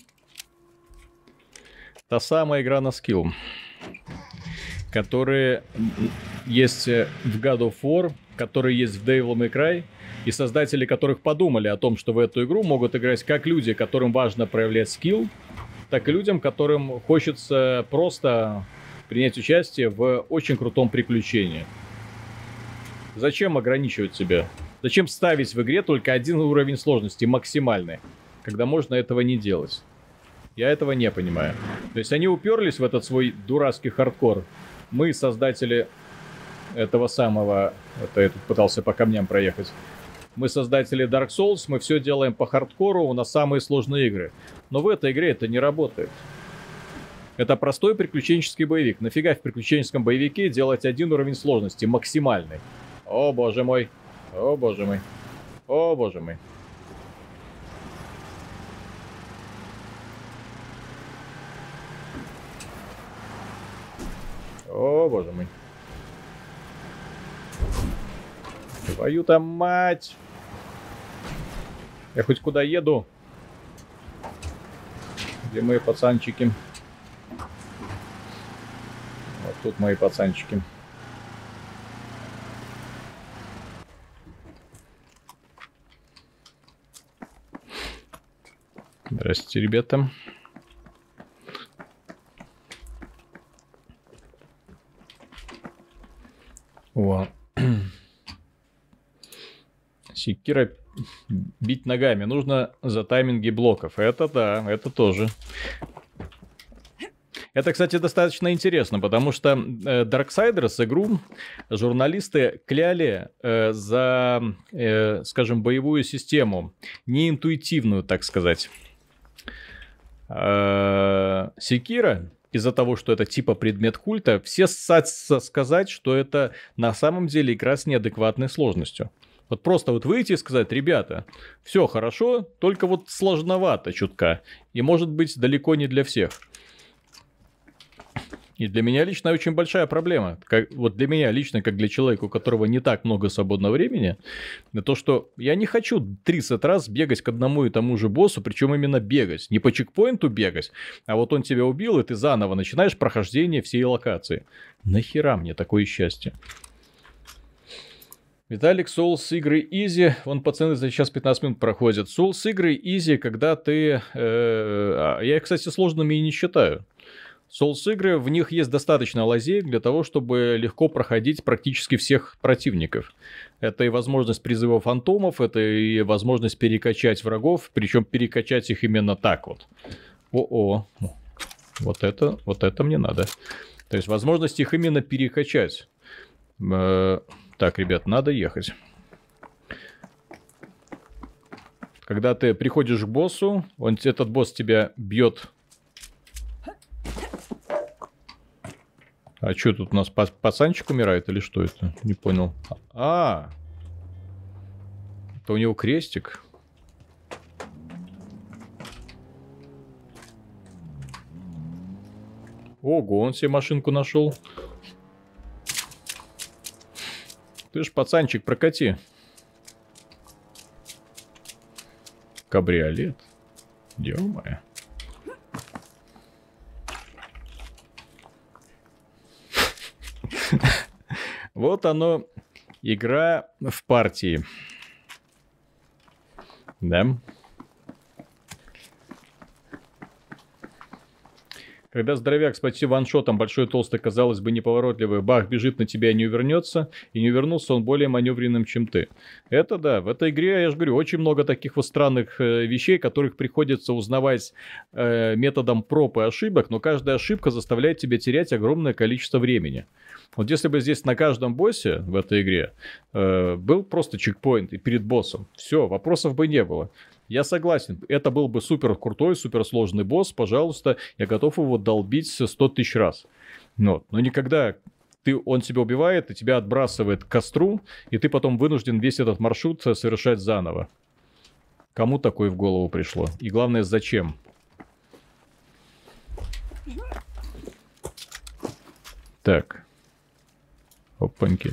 Та самая игра на скилл, которая есть в God of War, которая есть в Devil May Cry, и создатели которых подумали о том, что в эту игру могут играть как люди, которым важно проявлять скилл, так и людям, которым хочется просто принять участие в очень крутом приключении. Зачем ограничивать себя? Зачем ставить в игре только один уровень сложности, максимальный, когда можно этого не делать? Я этого не понимаю. То есть они уперлись в этот свой дурацкий хардкор. Мы, создатели этого самого... Это я тут пытался по камням проехать. Мы, создатели Dark Souls, мы все делаем по хардкору, у нас самые сложные игры. Но в этой игре это не работает. Это простой приключенческий боевик. Нафига в приключенческом боевике делать один уровень сложности, максимальный? О, боже мой. О, боже мой. О, боже мой. О, боже мой. Твою-то мать. Я хоть куда еду? Где мои пацанчики? Вот тут мои пацанчики. Здрасте, ребята. О. Секира бить ногами. Нужно за тайминги блоков. Это да, это тоже. Это, кстати, достаточно интересно, потому что э, Darksiders игру журналисты кляли э, за, э, скажем, боевую систему. Неинтуитивную, так сказать. Секира, из-за того, что это типа предмет культа, все ссатся сказать, что это на самом деле игра с неадекватной сложностью. Вот просто вот выйти и сказать: ребята, все хорошо, только вот сложновато чутка. И может быть далеко не для всех. И для меня лично очень большая проблема. Как, вот для меня лично, как для человека, у которого не так много свободного времени, то, что я не хочу тридцать раз бегать к одному и тому же боссу, причем именно бегать. Не по чекпоинту бегать, а вот он тебя убил, и ты заново начинаешь прохождение всей локации. Нахера мне такое счастье? Виталик, Souls игры easy. Вон пацаны за час пятнадцать минут проходят. Souls игры easy, когда ты... Э, я их, кстати, сложными и не считаю. Souls игры, в них есть достаточно лазеек для того, чтобы легко проходить практически всех противников. Это и возможность призыва фантомов, это и возможность перекачать врагов, причем перекачать их именно так вот. О-о, вот это, вот это мне надо. То есть возможность их именно перекачать. Э-э- так, ребят, надо ехать. Когда ты приходишь к боссу, он, этот босс тебя бьет. А что тут у нас, пацанчик умирает или что это? Не понял. А, это у него крестик. Ого, он себе машинку нашел. Ты ж, пацанчик, прокати. Кабриолет. Ё-моё. Вот оно, игра в партии. Да. Когда здоровяк с почти ваншотом, большой толстый, казалось бы, неповоротливый, бах, бежит на тебя и не увернется, и не увернулся он более маневренным, чем ты. Это да, в этой игре, я же говорю, очень много таких вот странных э, вещей, которых приходится узнавать э, методом проб и ошибок, но каждая ошибка заставляет тебя терять огромное количество времени. Вот если бы здесь на каждом боссе в этой игре э, был просто чекпоинт и перед боссом, все, вопросов бы не было. Я согласен, это был бы супер крутой, супер сложный босс, пожалуйста, я готов его долбить сто тысяч раз. Но, но никогда ты, он тебя убивает и тебя отбрасывает к костру, и ты потом вынужден весь этот маршрут совершать заново. Кому такое в голову пришло? И главное, зачем? Так. Опаньки.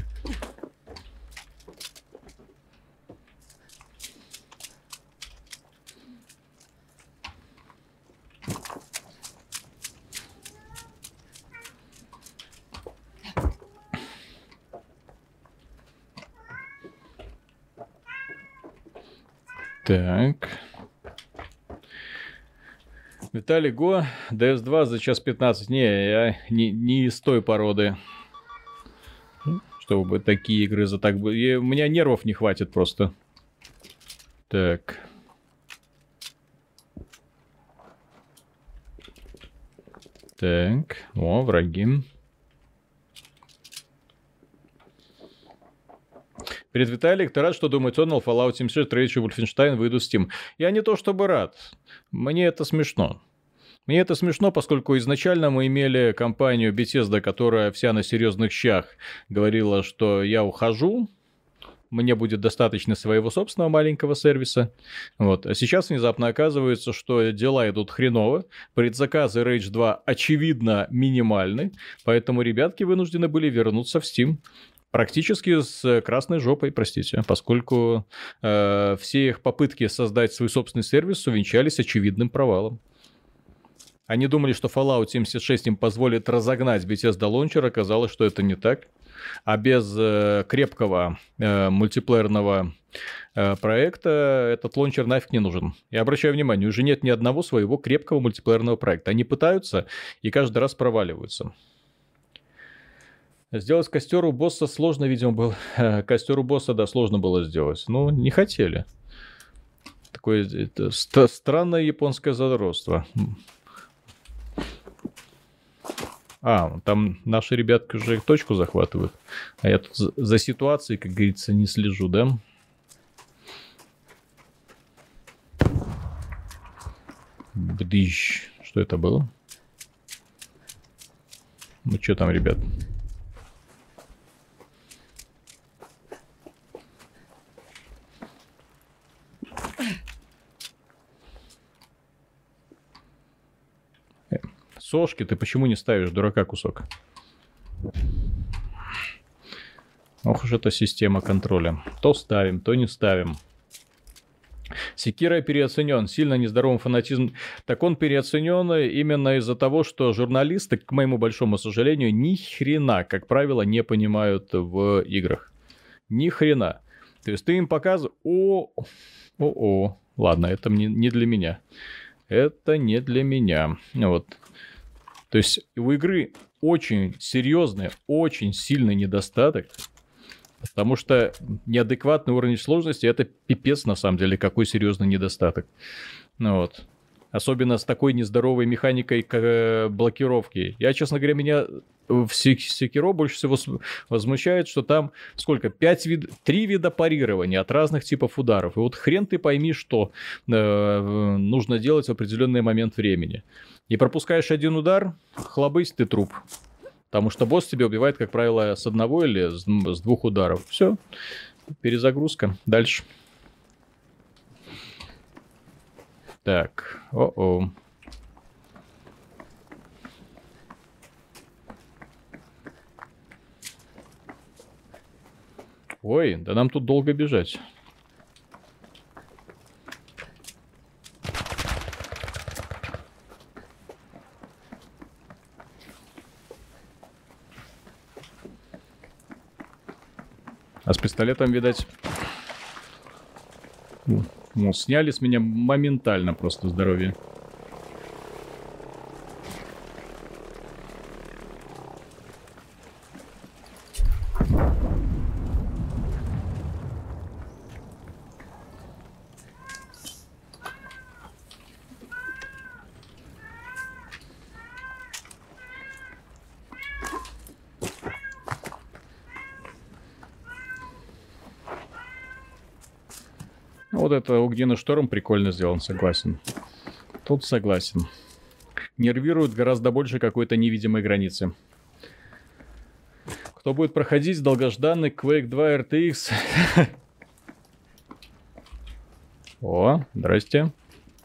Так. Виталий Го, ди эс два за час пятнадцать. Не, я не, не из той породы. Чтобы такие игры за так... У меня нервов не хватит просто. Так. Так. О, враги. Привет, Виталик, ты рад, что Doom Eternal, Fallout семьдесят шесть, Rage и Wolfenstein выйдут в Steam? Я не то чтобы рад. Мне это смешно. Мне это смешно, поскольку изначально мы имели компанию Bethesda, которая вся на серьезных щах говорила, что я ухожу, мне будет достаточно своего собственного маленького сервиса. Вот. А сейчас внезапно оказывается, что дела идут хреново, предзаказы Rage два очевидно минимальны, поэтому ребятки вынуждены были вернуться в Steam. Практически с красной жопой, простите, поскольку э, все их попытки создать свой собственный сервис увенчались очевидным провалом. Они думали, что Fallout семьдесят шесть им позволит разогнать Bethesda Launcher, оказалось, что это не так. А без э, крепкого э, мультиплеерного э, проекта этот лончер нафиг не нужен. Я обращаю внимание, уже нет ни одного своего крепкого мультиплеерного проекта. Они пытаются и каждый раз проваливаются. Сделать костер у босса сложно, видимо, было. Костер у босса, да, сложно было сделать. Ну, не хотели. Такое это, ст- странное японское задротство. А, там наши ребятки уже точку захватывают. А я тут за, за ситуацией, как говорится, не слежу, да? Бдыщ. Что это было? Ну, что там, ребят? Сошки, ты почему не ставишь, дурака кусок? Ох уж эта система контроля. То ставим, то не ставим. Секира переоценен. Сильно нездоровым фанатизм. Так он переоценен именно из-за того, что журналисты, к моему большому сожалению, ни хрена, как правило, не понимают в играх. Ни хрена. То есть ты им показываешь... О, о, ладно, это не, не для меня. Это не для меня. Вот. То есть у игры очень серьезный, очень сильный недостаток, потому что неадекватный уровень сложности — это пипец на самом деле, какой серьезный недостаток. Ну вот. Особенно с такой нездоровой механикой блокировки. Я, честно говоря, меня в Sekiro больше всего возмущает, что там сколько? Пять вид... Три вида парирования от разных типов ударов. И вот хрен ты пойми, что э, нужно делать в определенный момент времени. И пропускаешь один удар, хлобысь, ты труп. Потому что босс тебя убивает, как правило, с одного или с, с двух ударов. Все. Перезагрузка. Дальше. Так. О-о. Ой, да нам тут долго бежать. А с пистолетом, видать... Ну, сняли с меня моментально просто здоровье. Вот это огненный шторм прикольно сделан, согласен. Тут согласен. Нервирует гораздо больше какой-то невидимой границы. Кто будет проходить долгожданный Quake два эр ти экс? О, здрасте.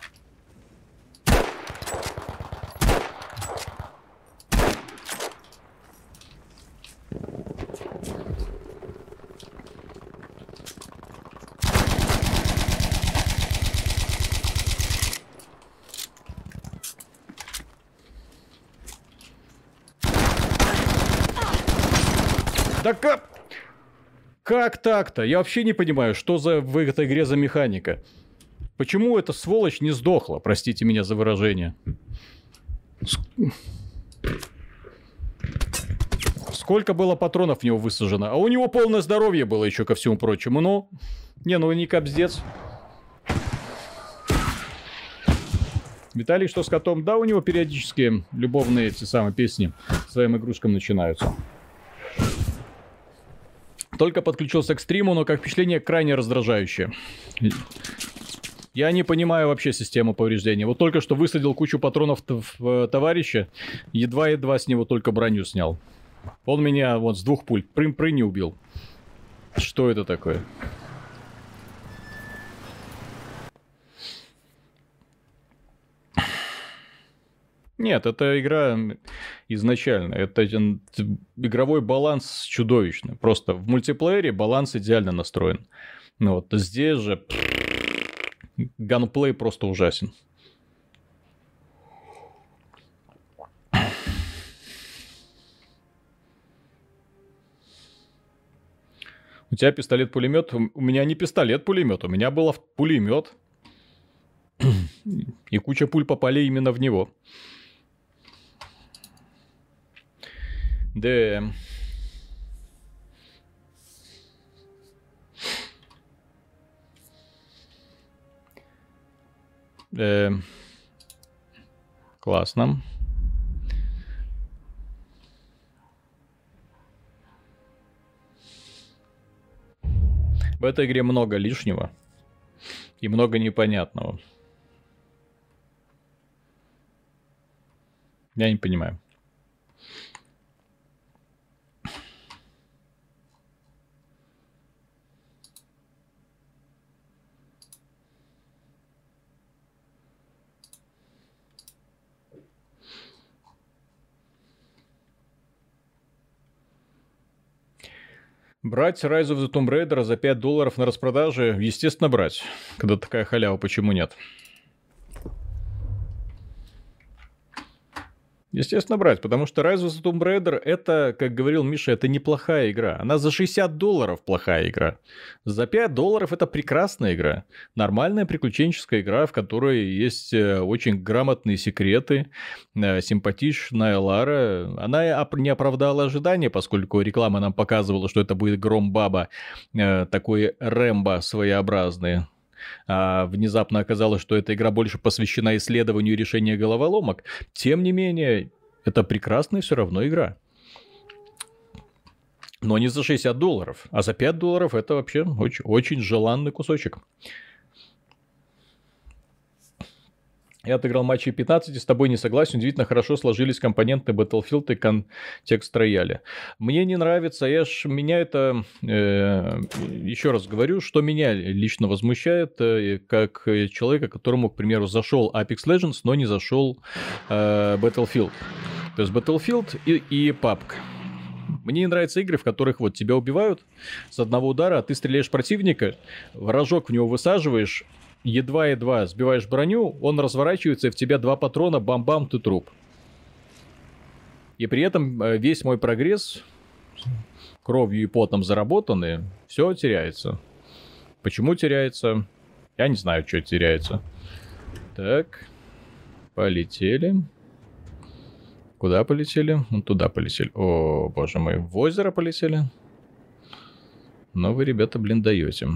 Да как... Как так-то? Я вообще не понимаю, что за в этой игре за механика. Почему эта сволочь не сдохла? Простите меня за выражение. Сколько было патронов в него высажено? А у него полное здоровье было еще ко всему прочему. Ну, не, ну не капздец. Виталий, что с котом? Да, у него периодически любовные эти самые песни своим игрушкам начинаются. Только подключился к стриму, но как впечатление крайне раздражающее. Я не понимаю вообще систему повреждения. Вот только что высадил кучу патронов в товарища, едва-едва с него только броню снял. Он меня вот с двух пуль прым-пры не убил. Что это такое? Нет, это игра изначально. Это игровой баланс чудовищный. Просто в мультиплеере баланс идеально настроен. Ну вот здесь же ганплей просто ужасен. У тебя пистолет-пулемет? У меня не пистолет-пулемет, у меня был пулемет. И куча пуль попали именно в него. Да. Э, классно. В этой игре много лишнего и много непонятного. Я не понимаю. Брать Rise of the Tomb Raider за пять долларов на распродаже? Естественно, брать. Когда такая халява, почему нет? Естественно, брать, потому что Rise of the Tomb Raider это, как говорил Миша, это неплохая игра. Она за шестьдесят долларов плохая игра. За пять долларов это прекрасная игра. Нормальная приключенческая игра, в которой есть очень грамотные секреты, симпатичная Лара. Она не оправдала ожидания, поскольку реклама нам показывала, что это будет Громбаба, такой Рэмбо своеобразный. А внезапно оказалось, что эта игра больше посвящена исследованию и решению головоломок. Тем не менее, это прекрасная все равно игра. Но не за шестьдесят долларов, а за пять долларов это вообще очень, очень желанный кусочек. Я отыграл матчи пятнадцать и с тобой не согласен. Удивительно хорошо сложились компоненты Battlefield и контекст рояля. Мне не нравится. Я ж, меня это... Э, еще раз говорю, что меня лично возмущает, э, как человека, которому, к примеру, зашел Apex Legends, но не зашел э, Battlefield. То есть Battlefield и, и пабг. Мне не нравятся игры, в которых вот тебя убивают с одного удара, а ты стреляешь в противника, вражок в него высаживаешь, едва-едва сбиваешь броню, он разворачивается, и в тебя два патрона, бам-бам, ты труп. И при этом весь мой прогресс кровью и потом заработаны, все теряется. Почему теряется? Я не знаю, что теряется. Так, полетели. Куда полетели? Ну, туда полетели. О, боже мой, в озеро полетели? Но вы, ребята, блин, даете.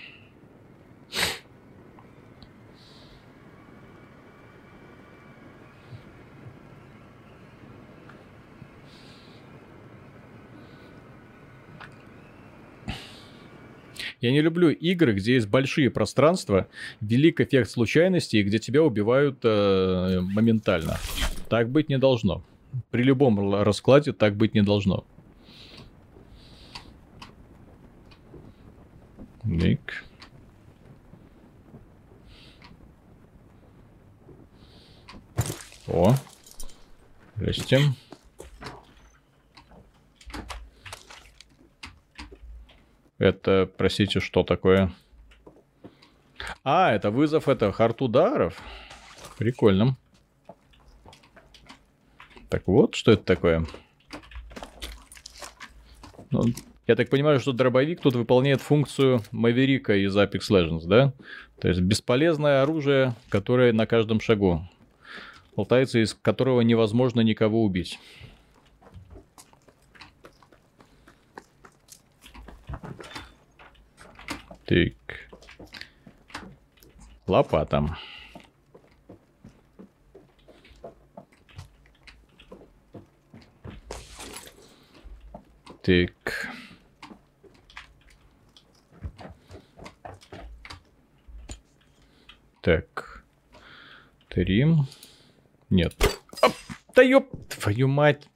Я не люблю игры, где есть большие пространства, велик эффект случайности, и где тебя убивают э, моментально. Так быть не должно. При любом раскладе так быть не должно. Ник. О. Здрасте. Это, простите, что такое? А, это вызов, это хард-ударов. Прикольно. Так вот, что это такое? Ну, я так понимаю, что дробовик тут выполняет функцию Маверика из Apex Legends, да? То есть бесполезное оружие, которое на каждом шагу болтается, из которого невозможно никого убить. Так. Лопата. Так. Так. Три. Нет. А, да ёп, твою мать.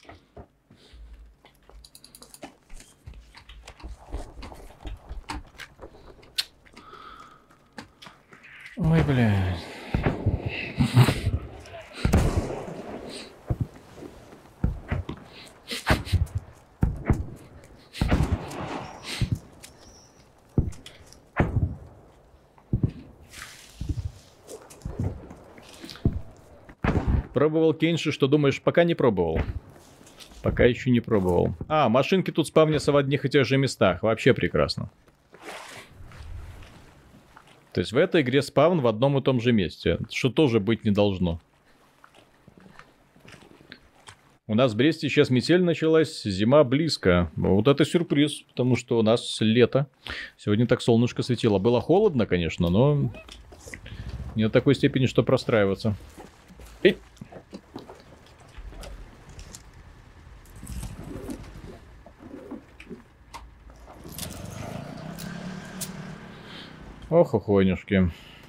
Ой, блядь. Пробовал Кенши, что думаешь? Пока не пробовал. Пока еще не пробовал. А, машинки тут спавнятся в одних и тех же местах. Вообще прекрасно. То есть в этой игре спавн в одном и том же месте. Что тоже быть не должно. У нас в Бресте сейчас метель началась, зима близко. Вот это сюрприз, потому что у нас лето. Сегодня так солнышко светило. Было холодно, конечно, но не до такой степени, что простраиваться. Эй! Ох, охонюшки.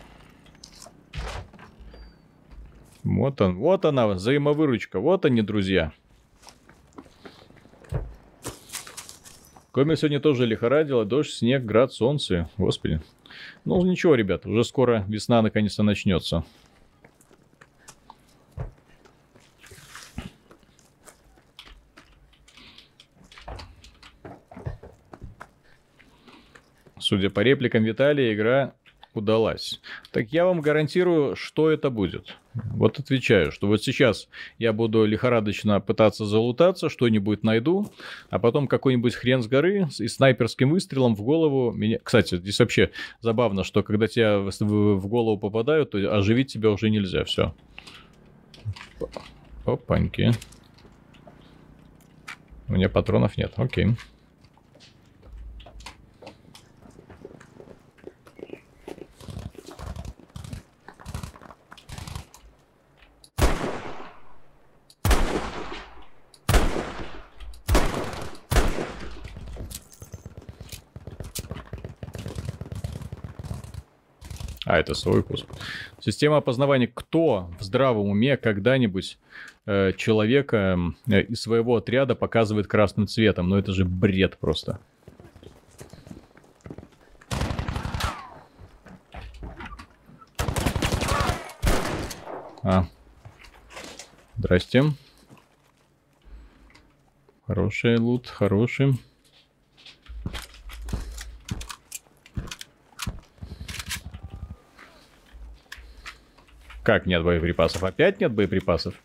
Вот он, вот она, взаимовыручка. Вот они, друзья. Коми сегодня тоже лихорадило. Дождь, снег, град, солнце. Господи. Ну, ничего, ребят, уже скоро весна наконец-то начнется. Судя по репликам Виталия, игра удалась. Так я вам гарантирую, что это будет. Вот отвечаю, что вот сейчас я буду лихорадочно пытаться залутаться, что-нибудь найду, а потом какой-нибудь хрен с горы и снайперским выстрелом в голову меня... Кстати, здесь вообще забавно, что когда тебя в голову попадают, то оживить тебя уже нельзя, все. Опаньки. У меня патронов нет, окей. А, это свой пуск. Система опознавания. Кто в здравом уме когда-нибудь э, человека э, из своего отряда показывает красным цветом? Ну, это же бред просто. А. Здрасте. Хороший лут, хороший. Как нет боеприпасов? Опять нет боеприпасов?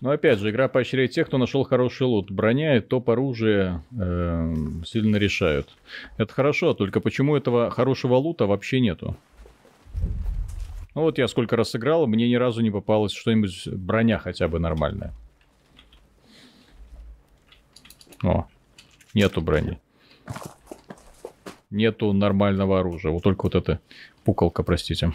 Но опять же, игра поощряет тех, кто нашел хороший лут. Броня и топ оружия э, сильно решают. Это хорошо, только почему этого хорошего лута вообще нету? Ну вот я сколько раз играл, мне ни разу не попалось что-нибудь, броня хотя бы нормальная. О, нету брони. Нету нормального оружия. Вот только вот эта пукалка, простите.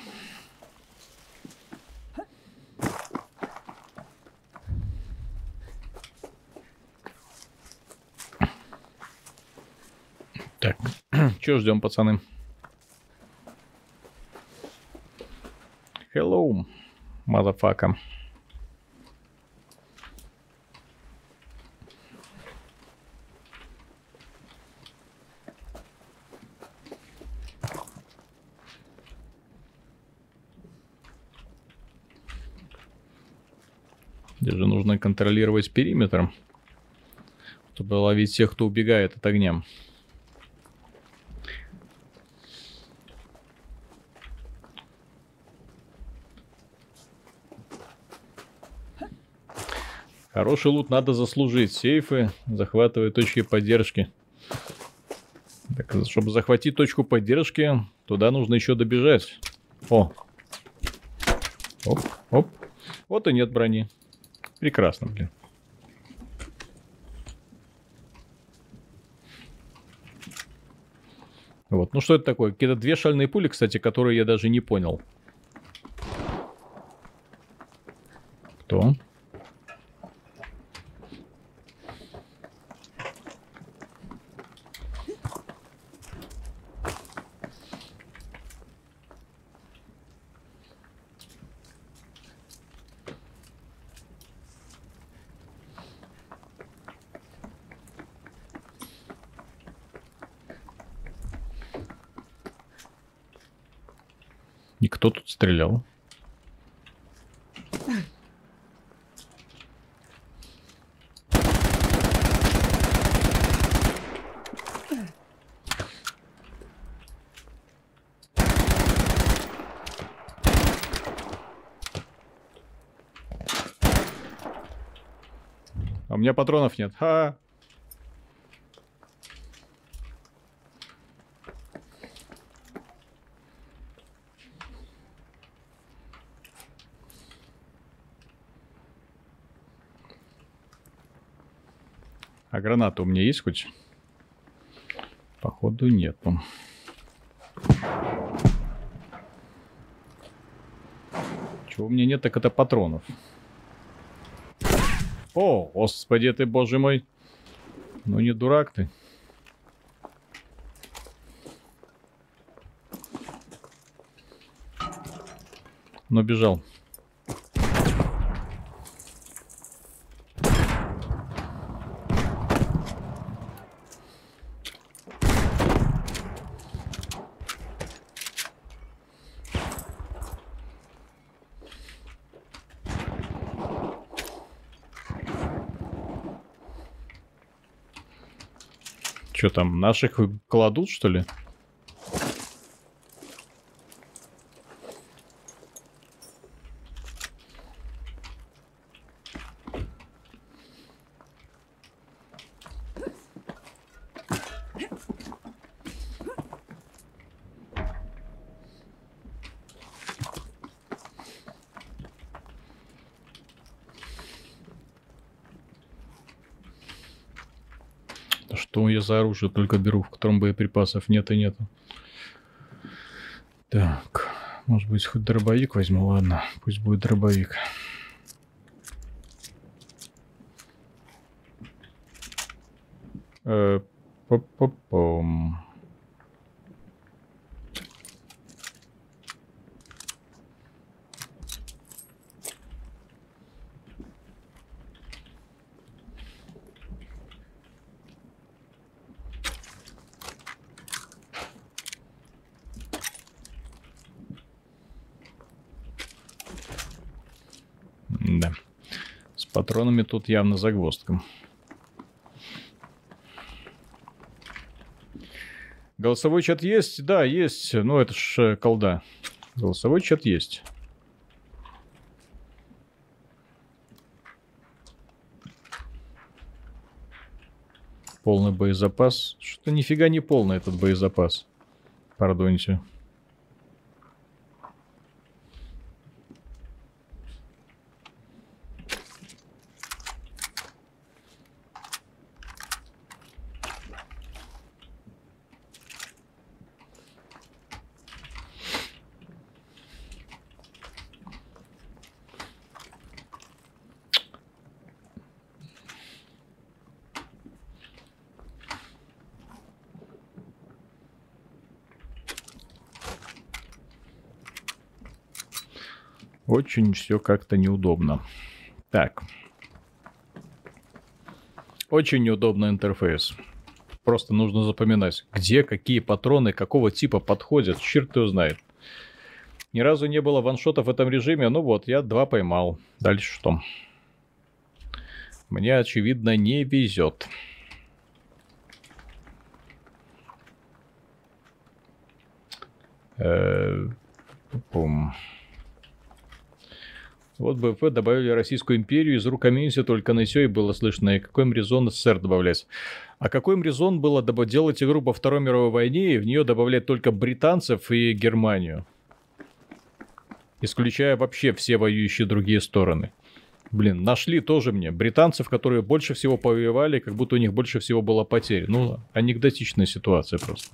Так, что ждем, пацаны? Hello, motherfucker. Здесь же нужно контролировать периметр, чтобы ловить тех, кто убегает от огня. Хороший лут надо заслужить. Сейфы, захватывая точки поддержки. Так, чтобы захватить точку поддержки, туда нужно еще добежать. О! Оп, оп. Вот и нет брони. Прекрасно, блин. Вот, ну что это такое? Какие-то две шальные пули, кстати, которые я даже не понял. Кто? И кто тут стрелял? А у меня патронов нет. Ха! А граната у меня есть хоть? Походу нету. Чего у меня нет, так это патронов. О, господи ты, боже мой. Ну не дурак ты. Но бежал. Что там, наших кладут, что ли? Что я за оружие только беру, в котором боеприпасов нет и нету. Так, может быть, хоть дробовик возьму, ладно, пусть будет дробовик. Э, по-по-пом. Да. С патронами тут явно загвоздка. Голосовой чат есть? Да, есть. Ну, это ж колда. Голосовой чат есть. Полный боезапас. Что-то нифига не полный этот боезапас. Пардоньте. Очень все как-то неудобно. Так. Очень неудобный интерфейс. Просто нужно запоминать, где какие патроны, какого типа подходят. Черт его знает. Ни разу не было ваншотов в этом режиме. Ну вот, я два поймал. Дальше что? Мне, очевидно, не везет. Пум. Вот бэ эф добавили Российскую империю из рук комьюнити только на сё и было слышно. И какой им резон СССР добавлять? А какой им резон было делать игру по Второй мировой войне и в нее добавлять только британцев и Германию? Исключая вообще все воюющие другие стороны. Блин, нашли тоже мне британцев, которые больше всего повоевали, как будто у них больше всего было потерь. Ну, анекдотичная ситуация просто.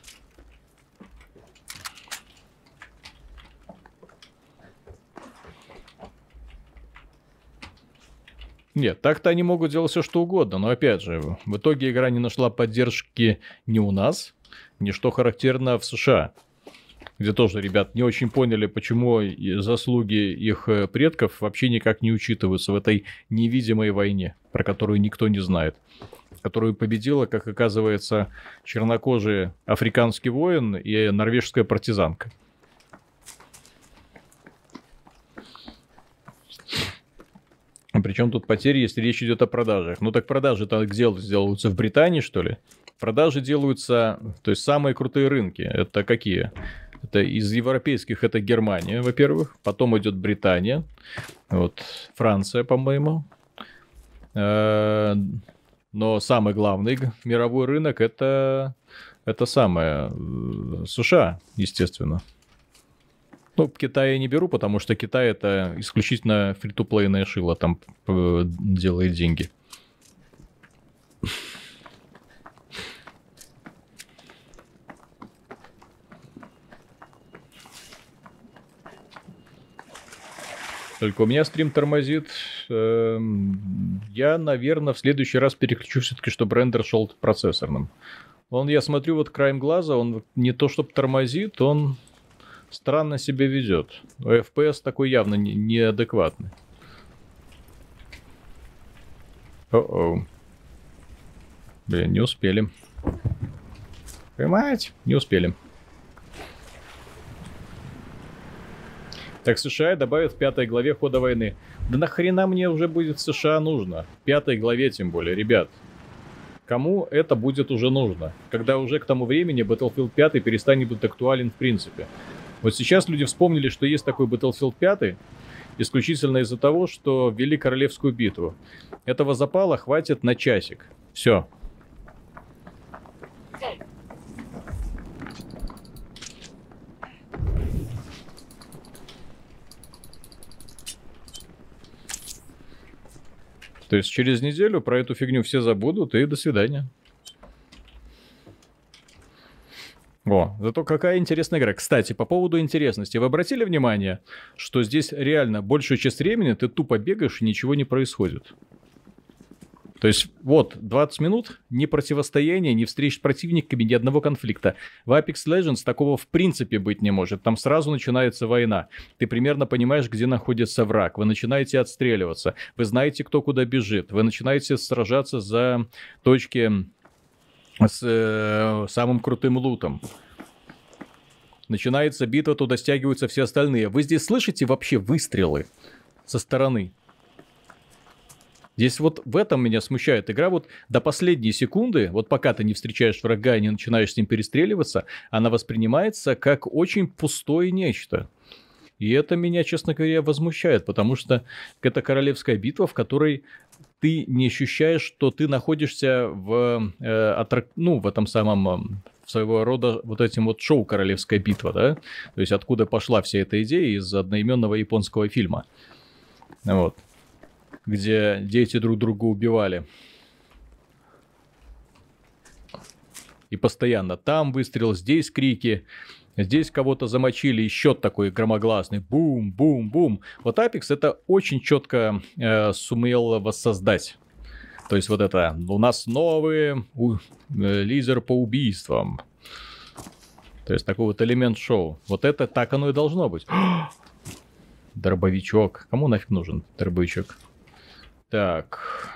Нет, так-то они могут делать все что угодно, но опять же, в итоге игра не нашла поддержки ни у нас, ни что характерно в США, где тоже ребят не очень поняли, почему заслуги их предков вообще никак не учитываются в этой невидимой войне, про которую никто не знает, которую победила, как оказывается, чернокожий африканский воин и норвежская партизанка. Причем тут потери, если речь идет о продажах. Ну так продажи-то где делаются? В Британии, что ли? Продажи делаются, то есть самые крутые рынки. Это какие? Это из европейских, это Германия, во-первых. Потом идет Британия. Вот Франция, по-моему. Но самый главный мировой рынок это, это самое США, естественно. Ну, Китай я не беру, потому что Китай это исключительно фри-ту-плейное шило, там э, делает деньги. Только у меня стрим тормозит. Э, я, наверное, в следующий раз переключу все-таки, чтобы рендер шел процессорным. Он, я смотрю, вот краем глаза, он не то чтобы тормозит, он... странно себя ведет. эф пи эс такой явно не- неадекватный. О-оу. Блин, не успели. Понимаете? Не успели. Так, США добавят в пятой главе хода войны. Да нахрена мне уже будет США нужно? В пятой главе тем более, ребят. Кому это будет уже нужно? Когда уже к тому времени Battlefield пять перестанет быть актуален в принципе. Вот сейчас люди вспомнили, что есть такой Battlefield пять, исключительно из-за того, что ввели королевскую битву. Этого запала хватит на часик. Все. То есть через неделю про эту фигню все забудут, и до свидания. О, зато какая интересная игра. Кстати, по поводу интересности. Вы обратили внимание, что здесь реально большую часть времени ты тупо бегаешь и ничего не происходит? То есть, вот, двадцать минут, ни противостояния, ни встреч с противниками, ни одного конфликта. В Apex Legends такого в принципе быть не может. Там сразу начинается война. Ты примерно понимаешь, где находится враг. Вы начинаете отстреливаться. Вы знаете, кто куда бежит. Вы начинаете сражаться за точки с э, самым крутым лутом. Начинается битва, туда стягиваются все остальные. Вы здесь слышите вообще выстрелы со стороны? Здесь вот в этом меня смущает. Игра вот до последней секунды, вот пока ты не встречаешь врага и не начинаешь с ним перестреливаться, она воспринимается как очень пустое нечто. И это меня, честно говоря, возмущает, потому что это королевская битва, в которой ты не ощущаешь, что ты находишься в, э, аттрак... ну, в этом самом, своего рода вот этим вот шоу «Королевская битва», да? То есть откуда пошла вся эта идея из одноименного японского фильма. Вот. Где дети друг друга убивали. И постоянно там выстрел, здесь крики. Здесь кого-то замочили, и счет такой громогласный. Бум-бум-бум. Вот Apex это очень четко э, сумел воссоздать. То есть вот это, у нас новый у, э, лидер по убийствам. То есть такой вот элемент шоу. Вот это так оно и должно быть. Дробовичок. Кому нафиг нужен дробовичок? Так.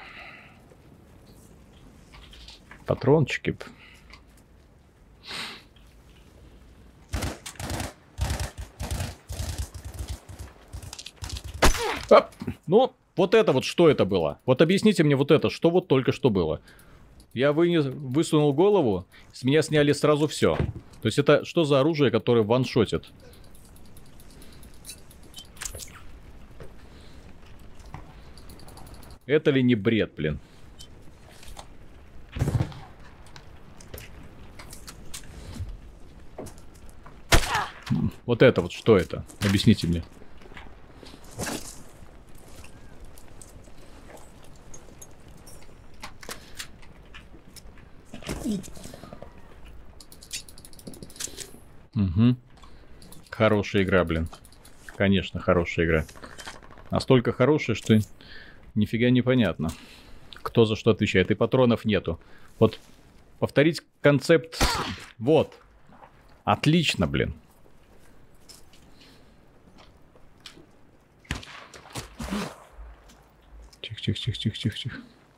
Патрончики. А, ну, вот это вот что это было? Вот объясните мне вот это, что вот только что было. Я вынес, высунул голову, с меня сняли сразу все. То есть это что за оружие, которое ваншотит? Это ли не бред, блин? Вот это вот что это? Объясните мне. Угу. Хорошая игра, блин. Конечно, хорошая игра. Настолько хорошая, что нифига не понятно, кто за что отвечает. И патронов нету. Вот повторить концепт. Вот. Отлично, блин. Тихо-тихо-тихо-тихо-тихо.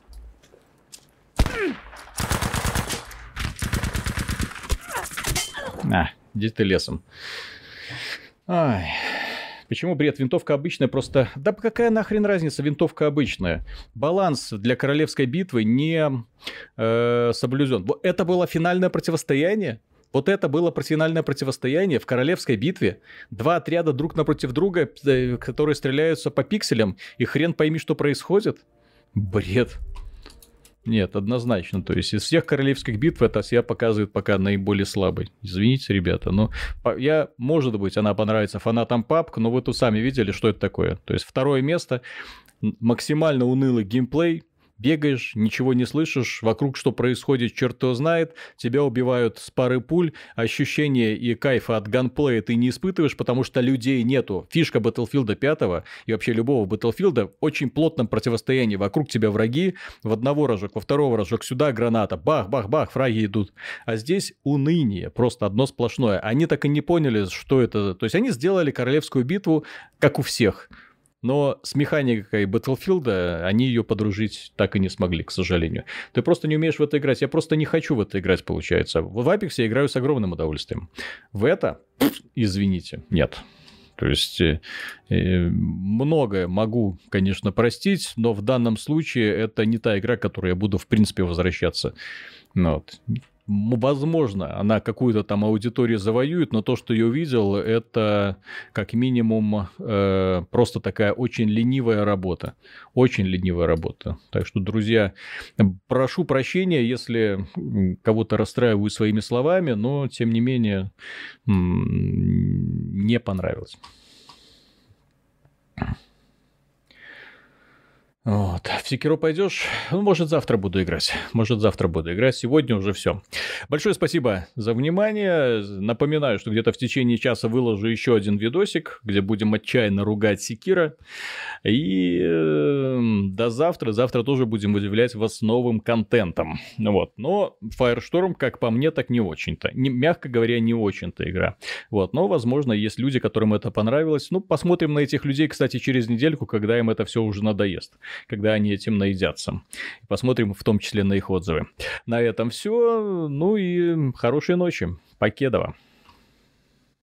А, иди ты лесом. Ай. Почему бред? Винтовка обычная просто... Да какая нахрен разница, винтовка обычная. Баланс для королевской битвы не э, соблюден. Это было финальное противостояние. Вот это было финальное противостояние в королевской битве. Два отряда друг напротив друга, которые стреляются по пикселям, и хрен пойми, что происходит. Бред. Нет, однозначно. То есть из всех королевских битв это себя показывает пока наиболее слабой. Извините, ребята, но я, может быть, она понравится фанатам пабг, но вы тут сами видели, что это такое. То есть второе место, максимально унылый геймплей. Бегаешь, ничего не слышишь, вокруг что происходит, черт его знает, тебя убивают с пары пуль, ощущения и кайфа от ганплея ты не испытываешь, потому что людей нету. Фишка Battlefield пять и вообще любого Battlefield в очень плотном противостоянии. Вокруг тебя враги, в одного рожок, во второго рожок, сюда граната, бах-бах-бах, фраги идут. А здесь уныние, просто одно сплошное. Они так и не поняли, что это. То есть они сделали королевскую битву, как у всех. Но с механикой Battlefield они ее подружить так и не смогли, к сожалению. Ты просто не умеешь в это играть. Я просто не хочу в это играть, получается. В Apex я играю с огромным удовольствием. В это, извините, нет. То есть э, э, многое могу, конечно, простить, но в данном случае это не та игра, к которой я буду, в принципе, возвращаться. Вот. Возможно, она какую-то там аудиторию завоюет, но то, что я увидел, это как минимум э, просто такая очень ленивая работа. Очень ленивая работа. Так что, друзья, прошу прощения, если кого-то расстраиваю своими словами, но, тем не менее, не понравилось. Вот. В Секиро пойдешь? Ну, может, завтра буду играть. Может, завтра буду играть. Сегодня уже все. Большое спасибо за внимание. Напоминаю, что где-то в течение часа выложу еще один видосик, где будем отчаянно ругать Секиро. И э, до завтра. Завтра тоже будем удивлять вас новым контентом. Вот. Но Firestorm, как по мне, так не очень-то. Не, мягко говоря, не очень-то игра. Вот. Но, возможно, есть люди, которым это понравилось. Ну, посмотрим на этих людей, кстати, через недельку, когда им это все уже надоест. Когда они этим наедятся. Посмотрим в том числе на их отзывы. На этом все. Ну и хорошей ночи. Покедова.